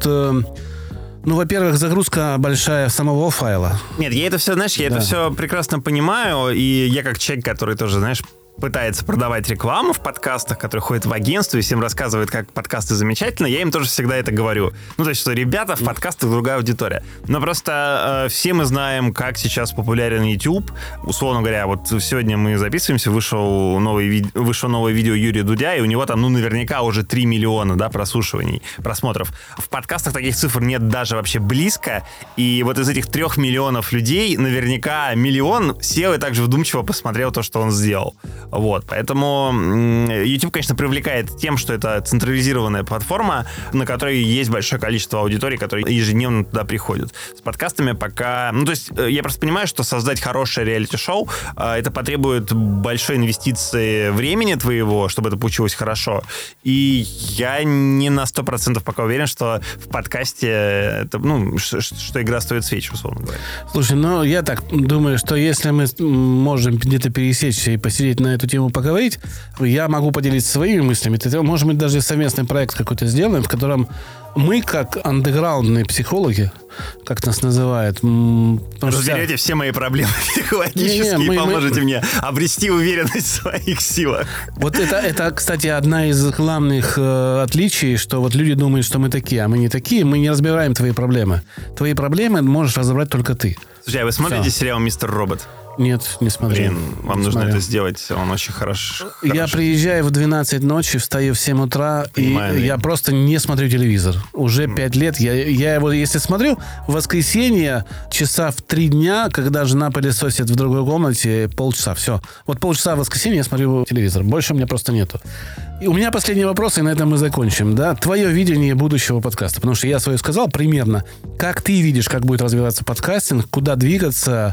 Speaker 2: Ну, во-первых, загрузка большая самого файла.
Speaker 1: Нет, я это все, знаешь, я да. это все прекрасно понимаю, и я как человек, который тоже, знаешь, пытается продавать рекламу в подкастах, который ходит в агентство и всем рассказывает, как подкасты замечательно, я им тоже всегда это говорю. Ну, то есть, что, ребята, в подкастах другая аудитория. Но просто э, все мы знаем, как сейчас популярен YouTube. Условно говоря, вот сегодня мы записываемся, вышел новый, ви- вышло новое видео Юрия Дудя, и у него там, ну, наверняка уже три миллиона, да, прослушиваний, просмотров. В подкастах таких цифр нет даже вообще близко, и вот из этих трех миллионов людей наверняка миллион сел и также вдумчиво посмотрел то, что он сделал. Вот, поэтому YouTube, конечно, привлекает тем, что это централизированная платформа, на которой есть большое количество аудиторий, которые ежедневно туда приходят. С подкастами пока... Ну, то есть я просто понимаю, что создать хорошее реалити-шоу, это потребует большой инвестиции времени твоего, чтобы это получилось хорошо. И я не на сто процентов пока уверен, что в подкасте это, ну, что, что игра стоит свеч, условно говоря.
Speaker 2: Слушай, ну, я так думаю, что если мы можем где-то пересечься и посидеть на эту тему поговорить, я могу поделиться своими мыслями. Может быть, даже совместный проект какой-то сделаем, в котором мы, как андеграундные психологи, как нас называют...
Speaker 1: Разберете все мои проблемы психологические и поможете мне обрести уверенность в своих силах.
Speaker 2: Вот это, это, кстати, одна из главных э, отличий, что вот люди думают, что мы такие, а мы не такие. Мы не разбираем твои проблемы. Твои проблемы можешь разобрать только ты.
Speaker 1: Слушай, а вы смотрите Все. сериал «Мистер Робот»?
Speaker 2: Нет, не смотрел.
Speaker 1: Блин, вам
Speaker 2: не
Speaker 1: нужно
Speaker 2: смотрел.
Speaker 1: это сделать, он очень хорош.
Speaker 2: Я
Speaker 1: хорош.
Speaker 2: приезжаю в двенадцать ночи, встаю в семь утра, Понимаю, и я просто не смотрю телевизор. Уже mm. пять лет. Я, я его, если смотрю, в воскресенье часа в три дня, когда жена пылесосит в другой комнате, полчаса, все. Вот полчаса в воскресенье я смотрю телевизор. Больше у меня просто нету. И у меня последний вопрос, и на этом мы закончим. Да? Твое видение будущего подкаста. Потому что я свое сказал примерно. Как ты видишь, как будет развиваться подкастинг, куда двигаться,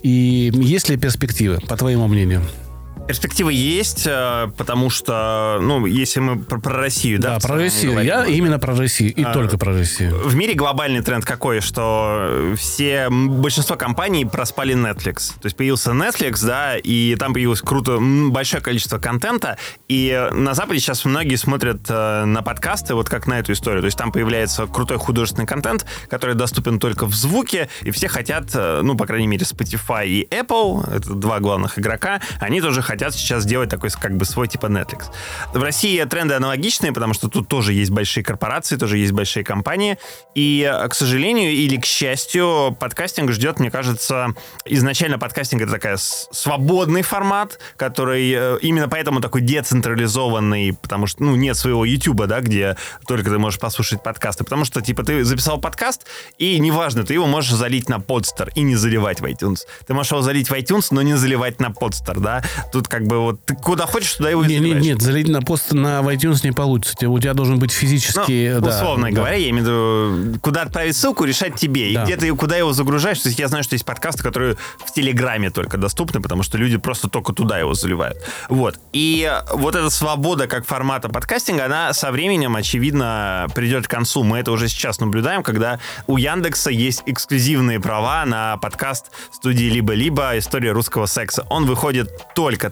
Speaker 2: и есть ли перспективы, по твоему мнению?
Speaker 1: Перспективы есть, потому что, ну, если мы про, про Россию, да?
Speaker 2: Да, про Россию. Говорим, Я именно про Россию, и а, только про Россию.
Speaker 1: В мире глобальный тренд какой, что все, большинство компаний проспали Netflix. То есть появился Netflix, да, и там появилось круто, большое количество контента, и на Западе сейчас многие смотрят на подкасты вот как на эту историю. То есть там появляется крутой художественный контент, который доступен только в звуке, и все хотят, ну, по крайней мере, Spotify и Apple, это два главных игрока, они тоже хотят хотят сейчас сделать такой, как бы, свой типа Netflix. В России тренды аналогичные, потому что тут тоже есть большие корпорации, тоже есть большие компании. И, к сожалению или к счастью, подкастинг ждет, мне кажется, изначально подкастинг — это такой свободный формат, который именно поэтому такой децентрализованный, потому что, ну, нет своего Ютуба, да, где только ты можешь послушать подкасты. Потому что, типа, ты записал подкаст, и неважно, ты его можешь залить на Podster и не заливать в iTunes. Ты можешь его залить в iTunes, но не заливать на Podster, да. Тут как бы вот ты куда хочешь, туда его и
Speaker 2: заливаешь. Нет, нет, залить на пост на iTunes не получится. У тебя должен быть физически...
Speaker 1: Ну,
Speaker 2: да,
Speaker 1: условно
Speaker 2: да.
Speaker 1: говоря, я имею в виду, куда отправить ссылку, решать тебе. Да. И где ты, куда его загружаешь. То есть я знаю, что есть подкасты, которые в Телеграме только доступны, потому что люди просто только туда его заливают. Вот. И вот эта свобода как формата подкастинга, она со временем, очевидно, придет к концу. Мы это уже сейчас наблюдаем, когда у Яндекса есть эксклюзивные права на подкаст студии «Либо-либо. История русского секса». Он выходит только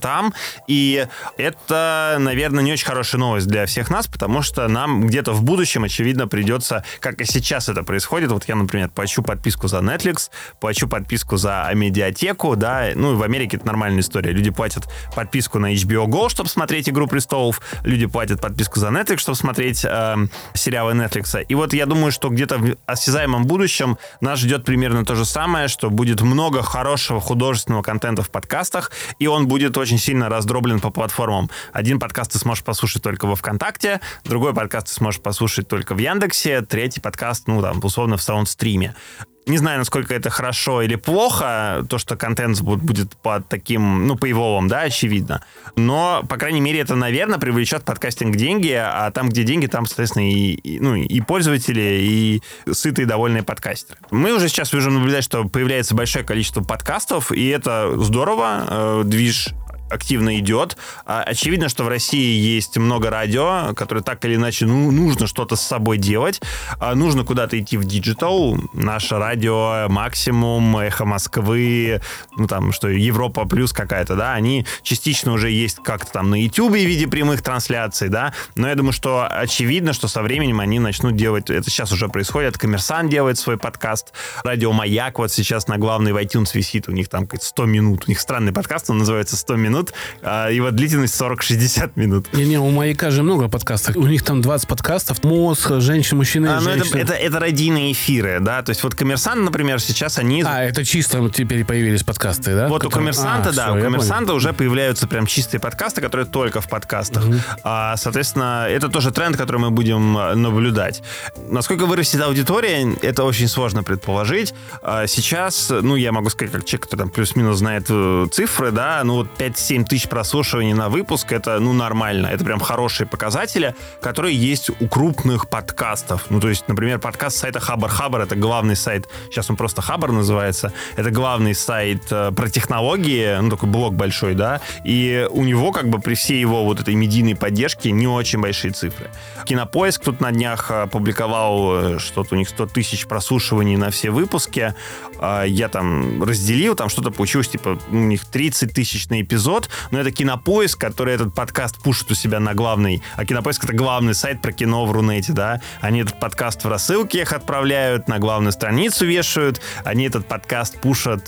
Speaker 1: там. И это, наверное, не очень хорошая новость для всех нас, потому что нам где-то в будущем, очевидно, придется, как и сейчас это происходит. Вот я, например, плачу подписку за Netflix, плачу подписку за Амедиатеку, да, ну, в Америке это нормальная история. Люди платят подписку на эйч би о Go, чтобы смотреть «Игру престолов», люди платят подписку за Netflix, чтобы смотреть э, сериалы Netflix. И вот я думаю, что где-то в осязаемом будущем нас ждет примерно то же самое, что будет много хорошего художественного контента в подкастах, и он будет очень сильно раздроблен по платформам. Один подкаст ты сможешь послушать только во ВКонтакте, другой подкаст ты сможешь послушать только в Яндексе, третий подкаст, ну, там, условно, в Саундстриме. Не знаю, насколько это хорошо или плохо, то, что контент будет по таким, ну, paywall'ам, да, очевидно. Но, по крайней мере, это, наверное, привлечет подкастинг деньги, а там, где деньги, там, соответственно, и, и, ну, и пользователи, и сытые, довольные подкастеры. Мы уже сейчас можем наблюдать, что появляется большое количество подкастов, и это здорово, э, движ активно идет. Очевидно, что в России есть много радио, которые так или иначе ну, нужно что-то с собой делать. Нужно куда-то идти в диджитал. Наше радио Максимум, Эхо Москвы, ну там, что Европа Плюс какая-то, да, они частично уже есть как-то там на Ютубе в виде прямых трансляций, да, но я думаю, что очевидно, что со временем они начнут делать, это сейчас уже происходит, Коммерсант делает свой подкаст, Радио Маяк вот сейчас на главной в iTunes висит, у них там сто минут, у них странный подкаст, он называется сто минут, а его длительность сорок-шестьдесят минут.
Speaker 2: Не-не, у Маяка же много подкастов. У них там двадцать подкастов. Мозг, женщина, мужчина,
Speaker 1: а,
Speaker 2: женщина.
Speaker 1: Это, это, это радийные эфиры, да. То есть вот Коммерсант, например, сейчас они...
Speaker 2: А, это чисто теперь появились подкасты, да?
Speaker 1: Вот
Speaker 2: которые...
Speaker 1: у Коммерсанта, а, да,
Speaker 2: все,
Speaker 1: у Коммерсанта уже появляются прям чистые подкасты, которые только в подкастах. Угу. А, соответственно, это тоже тренд, который мы будем наблюдать. Насколько вырастет аудитория, это очень сложно предположить. А сейчас, ну, я могу сказать, как человек, который там плюс-минус знает цифры, да, ну, вот пять-семь тысяч прослушиваний на выпуск, это, ну, нормально. Это прям хорошие показатели, которые есть у крупных подкастов. Ну, то есть, например, подкаст сайта Хабр Хабр, это главный сайт, сейчас он просто Хабр называется, это главный сайт э, про технологии, ну, такой блог большой, да, и у него, как бы, при всей его вот этой медийной поддержке не очень большие цифры. Кинопоиск тут на днях опубликовал что-то, у них сто тысяч прослушиваний на все выпуски. Э, я там разделил, там что-то получилось, типа, у них тридцать тысяч на эпизод, но это Кинопоиск, который этот подкаст пушит у себя на главный, а Кинопоиск — это главный сайт про кино в Рунете, да, они этот подкаст в рассылке их отправляют, на главную страницу вешают, они этот подкаст пушат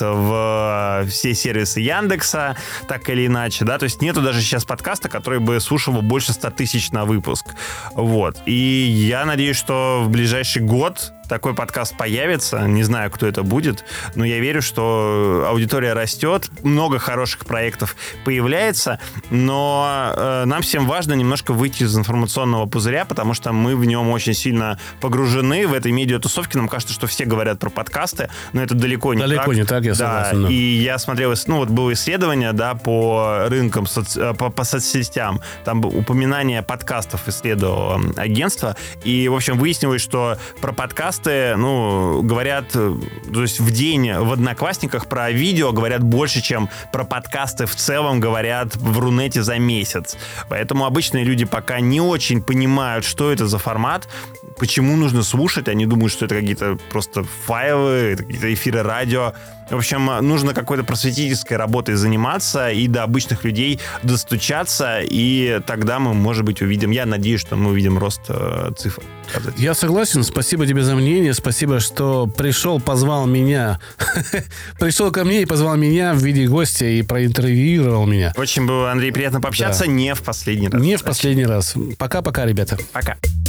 Speaker 1: в все сервисы Яндекса, так или иначе, да, то есть нету даже сейчас подкаста, который бы слушал больше ста тысяч на выпуск, вот, и я надеюсь, что в ближайший год такой подкаст появится. Не знаю, кто это будет, но я верю, что аудитория растет, много хороших проектов появляется, но э, нам всем важно немножко выйти из информационного пузыря, потому что мы в нем очень сильно погружены в этой медиатусовке. Нам кажется, что все говорят про подкасты, но это далеко не
Speaker 2: далеко
Speaker 1: так.
Speaker 2: Далеко не так, я
Speaker 1: да,
Speaker 2: согласен. Да.
Speaker 1: И я смотрел, ну вот было исследование, да, по рынкам, соци... по, по соцсетям, там было упоминание подкастов, исследовало агентство, и, в общем, выяснилось, что про подкасты ну, говорят, то есть в день в Одноклассниках про видео говорят больше, чем про подкасты в целом говорят в Рунете за месяц. Поэтому обычные люди пока не очень понимают, что это за формат, почему нужно слушать. Они думают, что это какие-то просто файлы, какие-то эфиры радио. В общем, нужно какой-то просветительской работой заниматься и до обычных людей достучаться, и тогда мы, может быть, увидим, я надеюсь, что мы увидим рост э, цифр.
Speaker 2: Я согласен, спасибо тебе за мнение, спасибо, что пришел, позвал меня, пришел ко мне и позвал меня в виде гостя и проинтервьюировал меня.
Speaker 1: Очень было, Андрей, приятно пообщаться, да. Не в последний раз.
Speaker 2: Не в последний раз. Пока-пока, ребята.
Speaker 1: Пока.